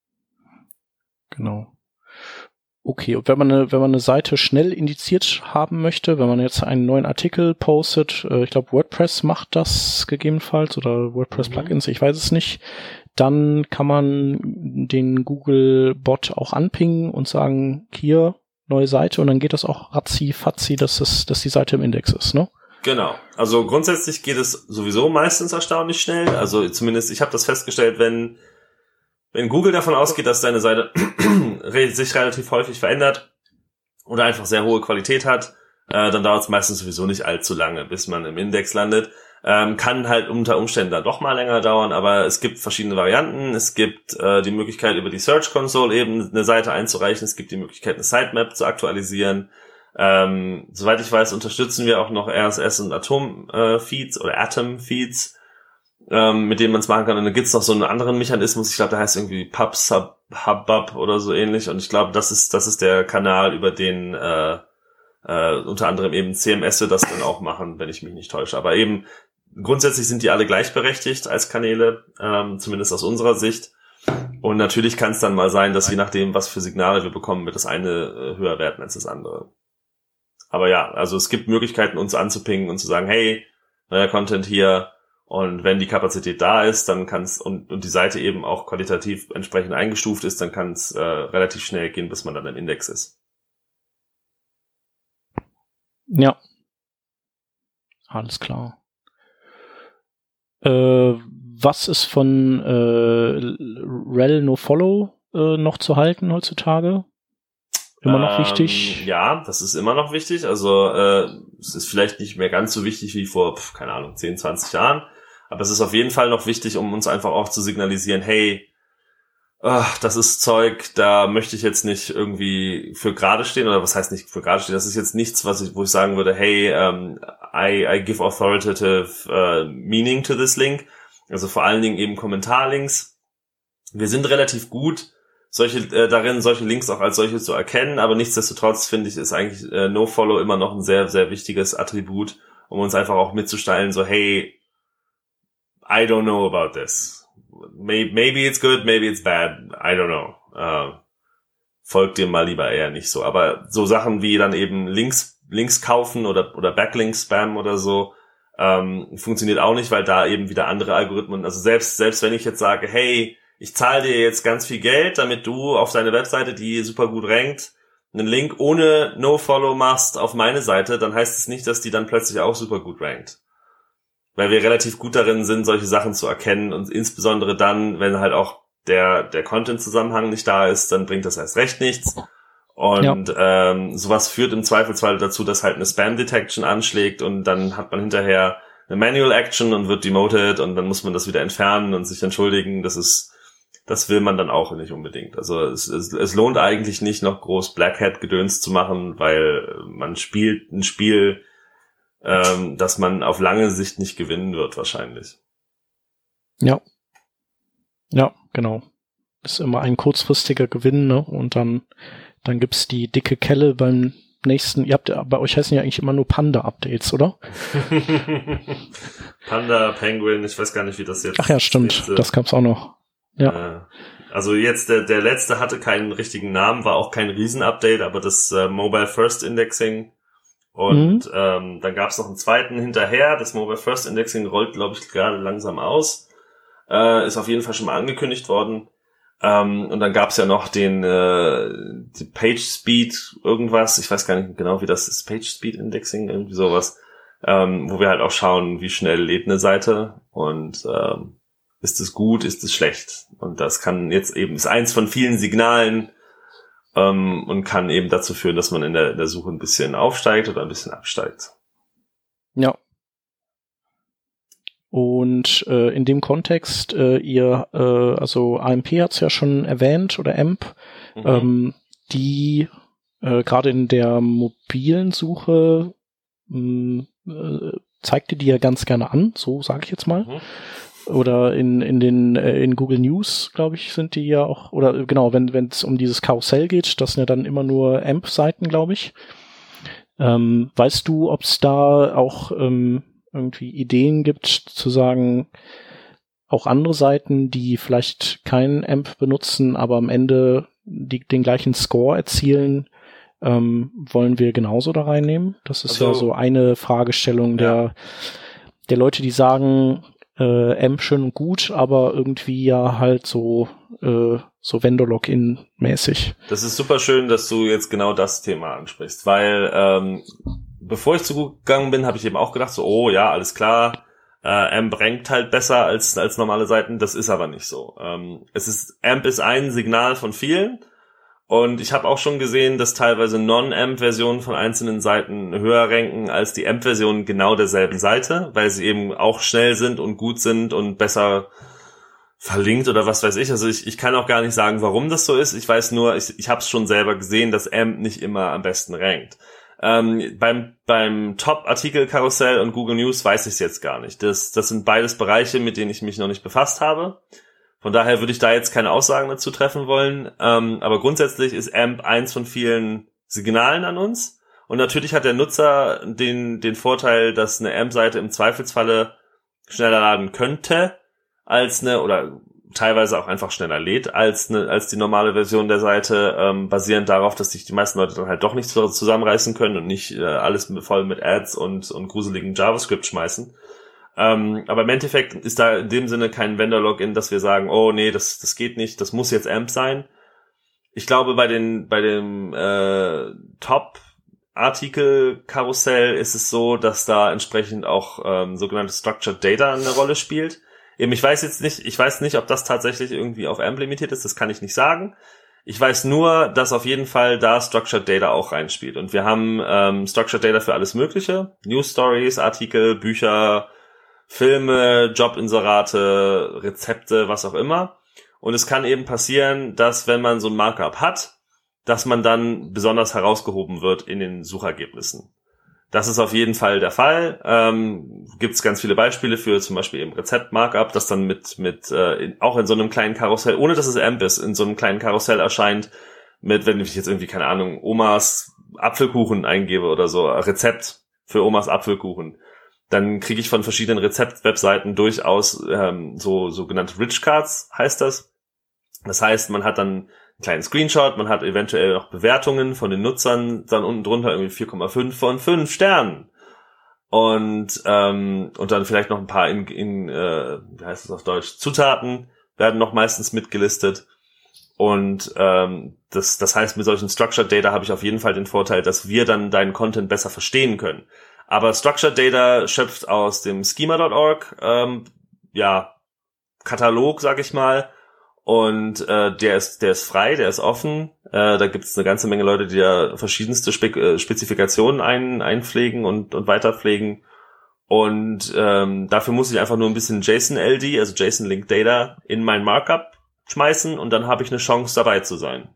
Genau. Okay, und wenn man eine, wenn man eine Seite schnell indiziert haben möchte, wenn man jetzt einen neuen Artikel postet, äh, ich glaube WordPress macht das gegebenenfalls oder WordPress-Plugins, ich weiß es nicht, dann kann man den Google-Bot auch anpingen und sagen, hier, neue Seite, und dann geht das auch ratzi-fatzi, dass, es, dass die Seite im Index ist, ne? Genau. Also grundsätzlich geht es sowieso meistens erstaunlich schnell. Also zumindest, ich habe das festgestellt, wenn wenn Google davon ausgeht, dass deine Seite sich relativ häufig verändert oder einfach sehr hohe Qualität hat, äh, dann dauert es meistens sowieso nicht allzu lange, bis man im Index landet. Ähm, kann halt unter Umständen dann doch mal länger dauern, aber es gibt verschiedene Varianten. Es gibt äh, die Möglichkeit, über die Search Console eben eine Seite einzureichen. Es gibt die Möglichkeit, eine Sitemap zu aktualisieren. Ähm, soweit ich weiß, unterstützen wir auch noch R S S und Atom-Feeds äh, oder Atom-Feeds, ähm, mit denen man es machen kann. Und dann gibt's noch so einen anderen Mechanismus, ich glaube, der heißt irgendwie PubSub, Hubbub oder so ähnlich. Und ich glaube, das ist das ist der Kanal, über den äh, äh, unter anderem eben C M S das dann auch machen, wenn ich mich nicht täusche. Aber eben grundsätzlich sind die alle gleichberechtigt als Kanäle, ähm, zumindest aus unserer Sicht. Und natürlich kann es dann mal sein, dass je nachdem, was für Signale wir bekommen, wird das eine äh, höher werden als das andere. Aber ja, also es gibt Möglichkeiten, uns anzupingen und zu sagen, hey, neuer Content hier. Und wenn die Kapazität da ist, dann kann es, und, und die Seite eben auch qualitativ entsprechend eingestuft ist, dann kann es äh, relativ schnell gehen, bis man dann im Index ist. Ja. Alles klar. Äh, was ist von äh, rel nofollow äh, noch zu halten heutzutage? immer noch ähm, wichtig? Ja, das ist immer noch wichtig. Also äh, es ist vielleicht nicht mehr ganz so wichtig wie vor, pf, keine Ahnung, zehn, zwanzig Jahren. Aber es ist auf jeden Fall noch wichtig, um uns einfach auch zu signalisieren, hey, ach, das ist Zeug, da möchte ich jetzt nicht irgendwie für gerade stehen, oder was heißt nicht für gerade stehen, das ist jetzt nichts, was ich, wo ich sagen würde, hey, um, I, I give authoritative uh, meaning to this link, also vor allen Dingen eben Kommentarlinks. Wir sind relativ gut solche äh, darin, solche Links auch als solche zu erkennen, aber nichtsdestotrotz finde ich, ist eigentlich äh, NoFollow immer noch ein sehr, sehr wichtiges Attribut, um uns einfach auch mitzustellen, so hey, I don't know about this. Maybe it's good, maybe it's bad. I don't know. Uh, folgt dir mal lieber eher nicht so. Aber so Sachen wie dann eben Links, Links kaufen oder, oder Backlink-Spam oder so, ähm, funktioniert auch nicht, weil da eben wieder andere Algorithmen, also selbst, selbst wenn ich jetzt sage, hey, ich zahle dir jetzt ganz viel Geld, damit du auf deine Webseite, die super gut rankt, einen Link ohne No-Follow machst auf meine Seite, dann heißt es nicht, dass die dann plötzlich auch super gut rankt. Weil wir relativ gut darin sind, solche Sachen zu erkennen und insbesondere dann, wenn halt auch der der Content-Zusammenhang nicht da ist, dann bringt das erst recht nichts. Und ja. ähm, sowas führt im Zweifelsfall dazu, dass halt eine Spam-Detection anschlägt und dann hat man hinterher eine Manual-Action und wird demoted und dann muss man das wieder entfernen und sich entschuldigen. Das ist, das will man dann auch nicht unbedingt. Also es, es, es lohnt eigentlich nicht, noch groß Black Hat-Gedöns zu machen, weil man spielt ein Spiel, Ähm, dass man auf lange Sicht nicht gewinnen wird, wahrscheinlich. Ja. Ja, genau. Ist immer ein kurzfristiger Gewinn, ne? Und dann, dann gibt's die dicke Kelle beim nächsten, ihr habt ja, bei euch heißen ja eigentlich immer nur Panda-Updates, oder? Panda, Penguin, ich weiß gar nicht, wie das jetzt Ach ja, stimmt. Ist. Das gab's auch noch. Ja. Äh, also jetzt, der, der letzte hatte keinen richtigen Namen, war auch kein Riesen-Update, aber das äh, Mobile First Indexing. Und mhm. ähm, dann gab es noch einen zweiten hinterher. Das Mobile First Indexing rollt, glaube ich, gerade langsam aus. Äh, ist auf jeden Fall schon mal angekündigt worden. Ähm, und dann gab es ja noch den äh, die Page Speed irgendwas. Ich weiß gar nicht genau, wie das ist. Page Speed Indexing, irgendwie sowas. Ähm, wo wir halt auch schauen, wie schnell lädt eine Seite. Und ähm, ist es gut, ist es schlecht? Und das kann jetzt eben, ist eins von vielen Signalen, Um, und kann eben dazu führen, dass man in der, in der Suche ein bisschen aufsteigt oder ein bisschen absteigt. Ja. Und äh, in dem Kontext, äh, ihr, äh, also A M P hat's ja schon erwähnt oder A M P, mhm. ähm, die äh, gerade in der mobilen Suche mh, äh, zeigt ihr die ja ganz gerne an, so sage ich jetzt mal. Mhm. Oder in in den äh, in Google News, glaube ich, sind die ja auch, oder genau, wenn wenn es um dieses Karussell geht, das sind ja dann immer nur A M P-Seiten, glaube ich. Ähm, weißt du, ob es da auch ähm, irgendwie Ideen gibt, zu sagen, auch andere Seiten, die vielleicht kein A M P benutzen, aber am Ende die, den gleichen Score erzielen, ähm, wollen wir genauso da reinnehmen? Das ist also, ja so eine Fragestellung ja. der der Leute, die sagen, Äh, A M P schön und gut, aber irgendwie ja halt so äh, so Vendor-Login-mäßig. Das ist super schön, dass du jetzt genau das Thema ansprichst, weil ähm, bevor ich zu Google gegangen bin, habe ich eben auch gedacht, so oh ja, alles klar, äh, A M P rankt halt besser als als normale Seiten, das ist aber nicht so. Ähm, es ist A M P ist ein Signal von vielen. Und ich habe auch schon gesehen, dass teilweise Non-A M P-Versionen von einzelnen Seiten höher ranken als die A M P-Versionen genau derselben Seite, weil sie eben auch schnell sind und gut sind und besser verlinkt oder was weiß ich. Also ich, ich kann auch gar nicht sagen, warum das so ist. Ich weiß nur, ich, ich habe es schon selber gesehen, dass A M P nicht immer am besten rankt. Ähm, beim beim Top-Artikel-Karussell und Google News weiß ich es jetzt gar nicht. Das, das sind beides Bereiche, mit denen ich mich noch nicht befasst habe. Von daher würde ich da jetzt keine Aussagen dazu treffen wollen. Ähm, aber grundsätzlich ist A M P eins von vielen Signalen an uns. Und natürlich hat der Nutzer den den Vorteil, dass eine A M P-Seite im Zweifelsfalle schneller laden könnte als eine, oder teilweise auch einfach schneller lädt als eine als die normale Version der Seite, ähm, basierend darauf, dass sich die meisten Leute dann halt doch nicht zusammenreißen können und nicht äh, alles mit, voll mit Ads und und gruseligen JavaScript schmeißen. Ähm, aber im Endeffekt ist da in dem Sinne kein Vendor-Login, dass wir sagen, oh nee, das das geht nicht, das muss jetzt A M P sein. Ich glaube, bei den bei dem äh, Top-Artikel-Karussell ist es so, dass da entsprechend auch ähm, sogenannte Structured Data eine Rolle spielt. Eben, ich weiß jetzt nicht, ich weiß nicht, ob das tatsächlich irgendwie auf A M P limitiert ist, das kann ich nicht sagen. Ich weiß nur, dass auf jeden Fall da Structured Data auch reinspielt. Und wir haben ähm, Structured Data für alles Mögliche. News Stories, Artikel, Bücher, Filme, Jobinserate, Rezepte, was auch immer. Und es kann eben passieren, dass wenn man so ein Markup hat, dass man dann besonders herausgehoben wird in den Suchergebnissen. Das ist auf jeden Fall der Fall. Ähm, gibt es ganz viele Beispiele für, zum Beispiel eben Rezept-Markup, das dann mit mit äh, in, auch in so einem kleinen Karussell, ohne dass es A M P ist, in so einem kleinen Karussell erscheint, mit, wenn ich jetzt irgendwie, keine Ahnung, Omas Apfelkuchen eingebe oder so, Rezept für Omas Apfelkuchen, dann kriege ich von verschiedenen Rezept-Webseiten durchaus ähm, so sogenannte Rich Cards, heißt das. Das heißt, man hat dann einen kleinen Screenshot, man hat eventuell noch Bewertungen von den Nutzern, dann unten drunter irgendwie vier Komma fünf von fünf Sternen. Und ähm, und dann vielleicht noch ein paar in, in äh, wie heißt es auf Deutsch, Zutaten werden noch meistens mitgelistet. Und ähm, das das heißt, mit solchen Structured Data habe ich auf jeden Fall den Vorteil, dass wir dann deinen Content besser verstehen können. Aber Structured Data schöpft aus dem schema Punkt org ähm, ja Katalog, sag ich mal. Und äh, der ist der ist frei, der ist offen. Äh, da gibt es eine ganze Menge Leute, die da verschiedenste Spe- äh, Spezifikationen ein, einpflegen und, und weiterpflegen. Und ähm, dafür muss ich einfach nur ein bisschen JSON-L D, also JSON Linked Data, in mein Markup schmeißen und dann habe ich eine Chance, dabei zu sein.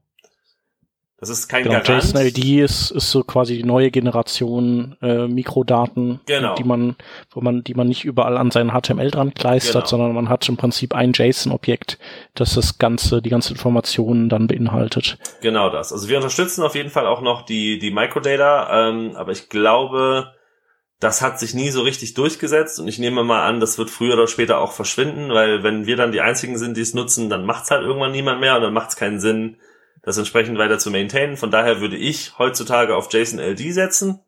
Das ist kein genau, Garant. JSON-L D ist, ist so quasi die neue Generation äh, Mikrodaten, Genau. die man, wo man, die man nicht überall an seinen H T M L dran kleistert, Genau. sondern man hat im Prinzip ein JSON-Objekt, das das ganze, die ganze Informationen dann beinhaltet. Genau das. Also wir unterstützen auf jeden Fall auch noch die die Microdata, ähm, aber ich glaube, das hat sich nie so richtig durchgesetzt und ich nehme mal an, das wird früher oder später auch verschwinden, weil wenn wir dann die Einzigen sind, die es nutzen, dann macht es halt irgendwann niemand mehr und dann macht es keinen Sinn, das entsprechend weiter zu maintainen. Von daher würde ich heutzutage auf JSON-L D setzen.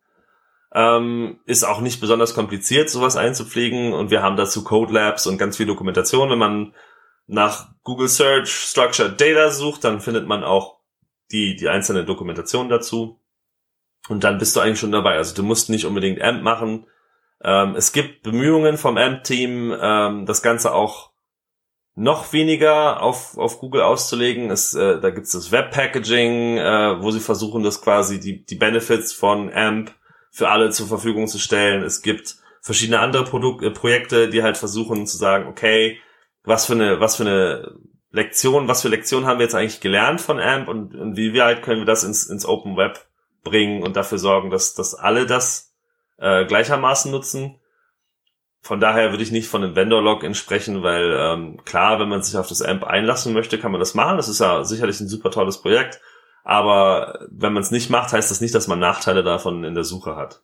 Ähm, ist auch nicht besonders kompliziert, sowas einzupflegen. Und wir haben dazu Code Labs und ganz viel Dokumentation. Wenn man nach Google Search Structured Data sucht, dann findet man auch die, die einzelne Dokumentation dazu. Und dann bist du eigentlich schon dabei. Also du musst nicht unbedingt A M P machen. Ähm, es gibt Bemühungen vom A M P-Team, ähm, das Ganze auch noch weniger auf auf Google auszulegen. Es, äh, da gibt's das Web-Packaging, äh, wo sie versuchen, das quasi die die Benefits von A M P für alle zur Verfügung zu stellen. Es gibt verschiedene andere Produk- äh, Projekte, die halt versuchen zu sagen, okay, was für eine was für eine Lektion, was für Lektionen haben wir jetzt eigentlich gelernt von A M P und, und wie weit können wir das ins ins Open Web bringen und dafür sorgen, dass dass alle das äh, gleichermaßen nutzen. Von daher würde ich nicht von einem Vendor-Login sprechen, weil ähm, klar, wenn man sich auf das A M P einlassen möchte, kann man das machen. Das ist ja sicherlich ein super tolles Projekt. Aber wenn man es nicht macht, heißt das nicht, dass man Nachteile davon in der Suche hat.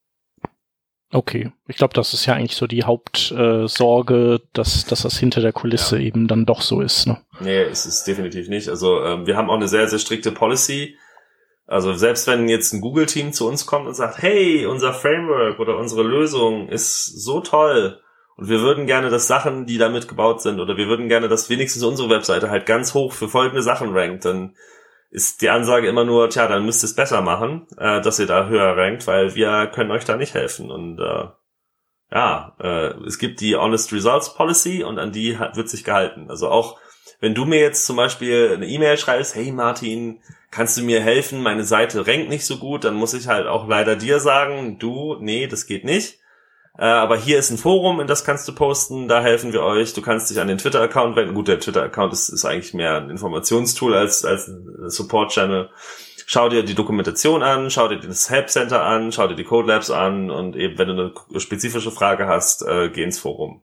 Okay, ich glaube, das ist ja eigentlich so die Hauptsorge, äh, Sorge, dass, dass das hinter der Kulisse ja. eben dann doch so ist. Ne? Nee, es ist definitiv nicht. Also ähm, wir haben auch eine sehr, sehr strikte Policy. Also selbst wenn jetzt ein Google-Team zu uns kommt und sagt, hey, unser Framework oder unsere Lösung ist so toll und wir würden gerne, dass Sachen, die damit gebaut sind, oder wir würden gerne, dass wenigstens unsere Webseite halt ganz hoch für folgende Sachen rankt, dann ist die Ansage immer nur, tja, dann müsst ihr es besser machen, äh, dass ihr da höher rankt, weil wir können euch da nicht helfen. Und äh, ja, äh, es gibt die Honest Results Policy und an die hat, wird sich gehalten. Also auch wenn du mir jetzt zum Beispiel eine E-Mail schreibst, hey Martin, kannst du mir helfen, meine Seite rankt nicht so gut, dann muss ich halt auch leider dir sagen, du, nee, das geht nicht. Äh, aber hier ist ein Forum, in das kannst du posten, da helfen wir euch. Du kannst dich an den Twitter-Account wenden. Gut, der Twitter-Account ist, ist eigentlich mehr ein Informationstool als, als ein Support-Channel. Schau dir die Dokumentation an, schau dir das Help Center an, schau dir die Code Labs an und eben, wenn du eine spezifische Frage hast, äh, geh ins Forum.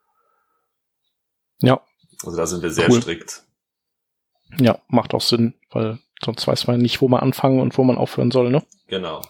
Ja. Also da sind wir sehr cool. strikt. Ja, macht auch Sinn, weil sonst weiß man nicht, wo man anfangen und wo man aufhören soll, ne? Genau.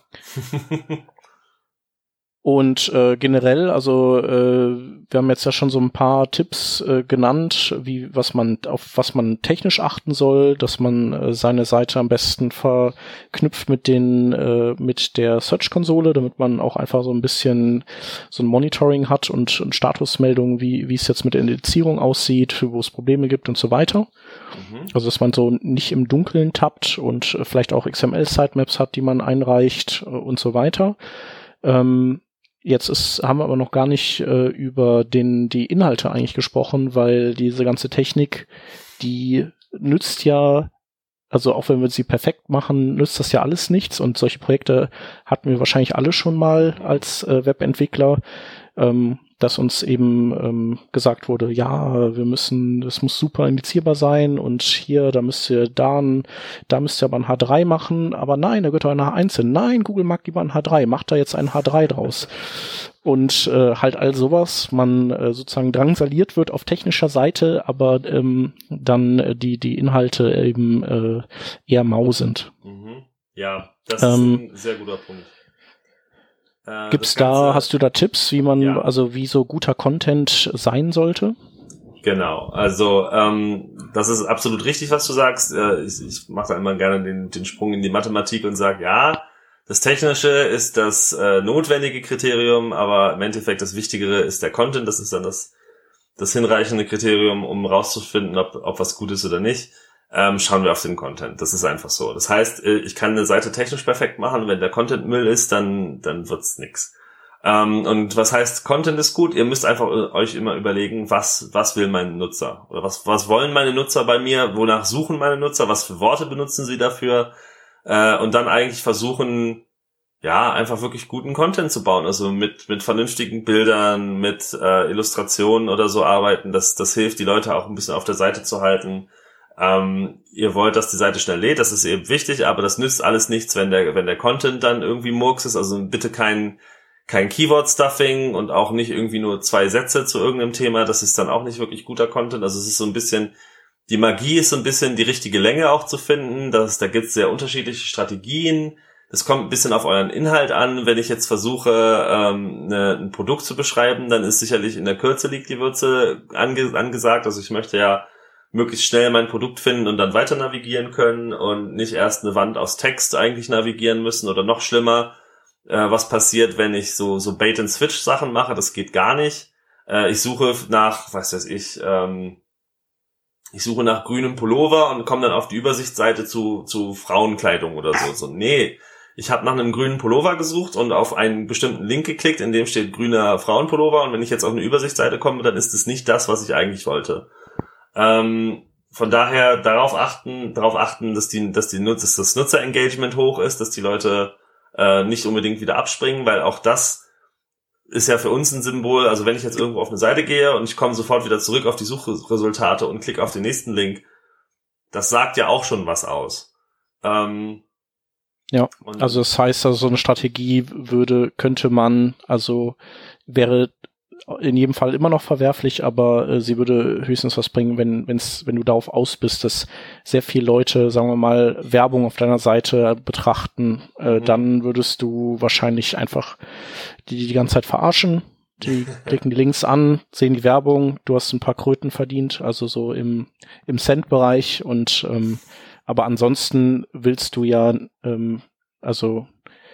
Und äh, generell, also äh, wir haben jetzt ja schon so ein paar Tipps äh, genannt, wie was man auf was man technisch achten soll, dass man äh, seine Seite am besten verknüpft mit den äh, mit der Search-Konsole, damit man auch einfach so ein bisschen so ein Monitoring hat und, und Statusmeldungen, wie wie es jetzt mit der Indizierung aussieht, wo es Probleme gibt und so weiter. Mhm. Also dass man so nicht im Dunkeln tappt und äh, vielleicht auch X M L-Sitemaps hat, die man einreicht äh, und so weiter. Ähm, Jetzt ist, haben wir aber noch gar nicht äh, über den die Inhalte eigentlich gesprochen, weil diese ganze Technik, die nützt ja also auch wenn wir sie perfekt machen, nützt das ja alles nichts und solche Projekte hatten wir wahrscheinlich alle schon mal als äh, Webentwickler, ähm, dass uns eben ähm, gesagt wurde, ja, wir müssen, das muss super indizierbar sein und hier, da müsst ihr da, ein, da müsst ihr aber ein H drei machen, aber nein, da gehört doch ein H eins hin. Nein, Google mag lieber ein H drei, macht da jetzt ein H drei draus. Und äh, halt all sowas, man äh, sozusagen drangsaliert wird auf technischer Seite, aber ähm, dann äh, die die Inhalte eben äh, eher mau sind. Mhm. Ja, das ähm, ist ein sehr guter Punkt. Äh, Gibt's da, hast du da Tipps, wie man, ja. also wie so guter Content sein sollte? Genau, also ähm, das ist absolut richtig, was du sagst. Äh, ich ich mache da immer gerne den, den Sprung in die Mathematik und sage, ja, das Technische ist das äh, notwendige Kriterium, aber im Endeffekt das Wichtigere ist der Content. Das ist dann das, das hinreichende Kriterium, um rauszufinden, ob, ob was gut ist oder nicht. Ähm, schauen wir auf den Content. Das ist einfach so. Das heißt, ich kann eine Seite technisch perfekt machen. Wenn der Content Müll ist, dann dann wird's nix. Ähm, und was heißt, Content ist gut? Ihr müsst einfach euch immer überlegen, was was will mein Nutzer? Oder was was wollen meine Nutzer bei mir? Wonach suchen meine Nutzer? Was für Worte benutzen sie dafür? Äh, und dann eigentlich versuchen, ja, einfach wirklich guten Content zu bauen. Also mit mit vernünftigen Bildern, mit äh, Illustrationen oder so arbeiten. Das das hilft, die Leute auch ein bisschen auf der Seite zu halten. Ähm, ihr wollt, dass die Seite schnell lädt, das ist eben wichtig, aber das nützt alles nichts, wenn der wenn der Content dann irgendwie Murks ist. Also bitte kein kein Keyword-Stuffing und auch nicht irgendwie nur zwei Sätze zu irgendeinem Thema. Das ist dann auch nicht wirklich guter Content. Also es ist so ein bisschen, die Magie ist so ein bisschen die richtige Länge auch zu finden. Das, da gibt es sehr unterschiedliche Strategien. Das kommt ein bisschen auf euren Inhalt an. Wenn ich jetzt versuche, ähm, ne, ein Produkt zu beschreiben, dann ist sicherlich in der Kürze liegt die Würze ange- angesagt. Also ich möchte ja möglichst schnell mein Produkt finden und dann weiter navigieren können und nicht erst eine Wand aus Text eigentlich navigieren müssen oder noch schlimmer, äh, was passiert, wenn ich so so Bait-and-Switch-Sachen mache. Das geht gar nicht. Äh, ich suche nach, was weiß ich, ähm, ich suche nach grünem Pullover und komme dann auf die Übersichtsseite zu zu Frauenkleidung oder so. So, nee, ich habe nach einem grünen Pullover gesucht und auf einen bestimmten Link geklickt, in dem steht grüner Frauenpullover, und wenn ich jetzt auf eine Übersichtsseite komme, dann ist es nicht das, was ich eigentlich wollte. Ähm, von daher darauf achten, darauf achten, dass die, dass die Nutzer, dass das Nutzerengagement hoch ist, dass die Leute äh, nicht unbedingt wieder abspringen, weil auch das ist ja für uns ein Symbol. Also wenn ich jetzt irgendwo auf eine Seite gehe und ich komme sofort wieder zurück auf die Suchresultate und klicke auf den nächsten Link, das sagt ja auch schon was aus. Ähm, ja, also das heißt, also so eine Strategie würde, könnte man, also wäre in jedem Fall immer noch verwerflich, aber äh, sie würde höchstens was bringen, wenn wenn's, wenn du darauf aus bist, dass sehr viele Leute, sagen wir mal, Werbung auf deiner Seite betrachten, äh, mhm. dann würdest du wahrscheinlich einfach die die ganze Zeit verarschen. Die klicken die Links an, sehen die Werbung, du hast ein paar Kröten verdient, also so im im Cent-Bereich, und ähm, aber ansonsten willst du ja, ähm, also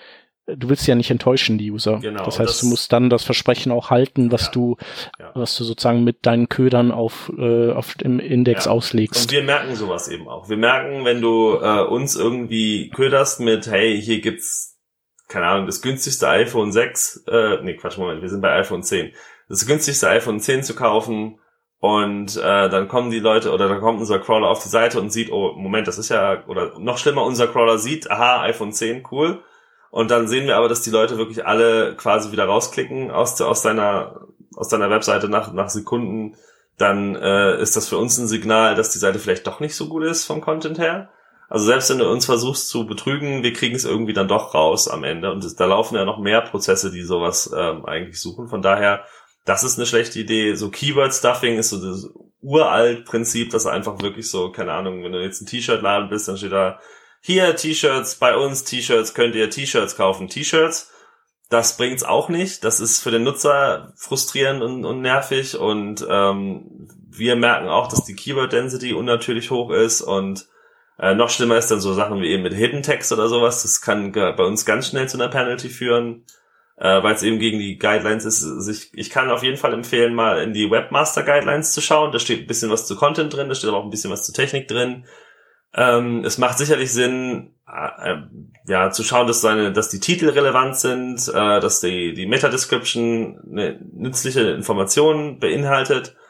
du willst ja nicht enttäuschen, die User. Genau, das heißt, das, du musst dann das Versprechen auch halten, was ja, du, ja. was du sozusagen mit deinen Ködern auf, äh, auf dem Index ja. auslegst. Und wir merken sowas eben auch. Wir merken, wenn du äh, uns irgendwie köderst mit, hey, hier gibt's, keine Ahnung, das günstigste iPhone sechs, äh, nee, Quatsch, Moment, wir sind bei iPhone zehn. Das günstigste iPhone zehn zu kaufen, und äh, dann kommen die Leute, oder dann kommt unser Crawler auf die Seite und sieht, oh, Moment, das ist ja, oder noch schlimmer, unser Crawler sieht, aha, iPhone zehn, cool. Und dann sehen wir aber, dass die Leute wirklich alle quasi wieder rausklicken aus aus deiner aus deiner Webseite nach nach Sekunden. Dann äh, ist das für uns ein Signal, dass die Seite vielleicht doch nicht so gut ist vom Content her. Also selbst wenn du uns versuchst zu betrügen, wir kriegen es irgendwie dann doch raus am Ende. Und es, da laufen ja noch mehr Prozesse, die sowas ähm, eigentlich suchen. Von daher, das ist eine schlechte Idee. So Keyword-Stuffing ist so das uralt Prinzip, dass einfach wirklich so, keine Ahnung, wenn du jetzt ein T-Shirt-Laden bist, dann steht da, hier T-Shirts, bei uns T-Shirts, könnt ihr T-Shirts kaufen. T-Shirts, das bringt's auch nicht. Das ist für den Nutzer frustrierend und, und nervig. Und ähm, wir merken auch, dass die Keyword-Density unnatürlich hoch ist. Und äh, noch schlimmer ist dann so Sachen wie eben mit Hidden Text oder sowas. Das kann bei uns ganz schnell zu einer Penalty führen, äh, weil es eben gegen die Guidelines ist. Ich, ich kann auf jeden Fall empfehlen, mal in die Webmaster Guidelines zu schauen. Da steht ein bisschen was zu Content drin, da steht aber auch ein bisschen was zu Technik drin. Ähm, es macht sicherlich Sinn, äh, äh, ja, zu schauen, dass seine, dass die Titel relevant sind, äh, dass die die Meta-Description eine nützliche Information beinhaltet.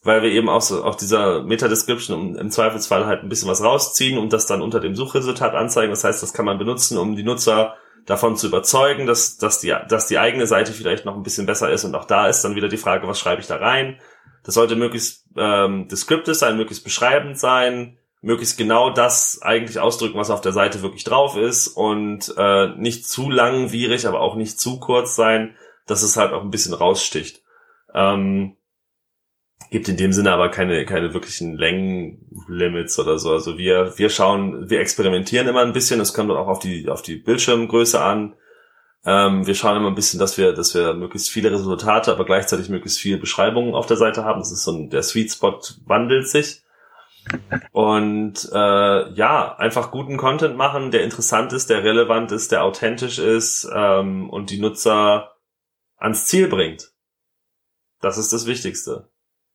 weil wir eben auch so auf dieser Meta-Description im Zweifelsfall halt ein bisschen was rausziehen und das dann unter dem Suchresultat anzeigen. Das heißt, das kann man benutzen, um die Nutzer davon zu überzeugen, dass, dass die, dass die eigene Seite vielleicht noch ein bisschen besser ist. Und auch da ist dann wieder die Frage, was schreibe ich da rein? Das sollte möglichst ähm, descriptive sein, möglichst beschreibend sein, möglichst genau das eigentlich ausdrücken, was auf der Seite wirklich drauf ist und äh, nicht zu langwierig, aber auch nicht zu kurz sein, dass es halt auch ein bisschen raussticht. Ähm, gibt in dem Sinne aber keine keine wirklichen Längenlimits oder so. Also wir wir schauen, wir experimentieren immer ein bisschen. Es kommt dann auch auf die auf die Bildschirmgröße an. Ähm, wir schauen immer ein bisschen, dass wir dass wir möglichst viele Resultate, aber gleichzeitig möglichst viele Beschreibungen auf der Seite haben. Das ist so ein, der Sweet Spot wandelt sich. Und äh, ja, einfach guten Content machen, der interessant ist, der relevant ist, der authentisch ist ähm, und die Nutzer ans Ziel bringt. Das ist das Wichtigste.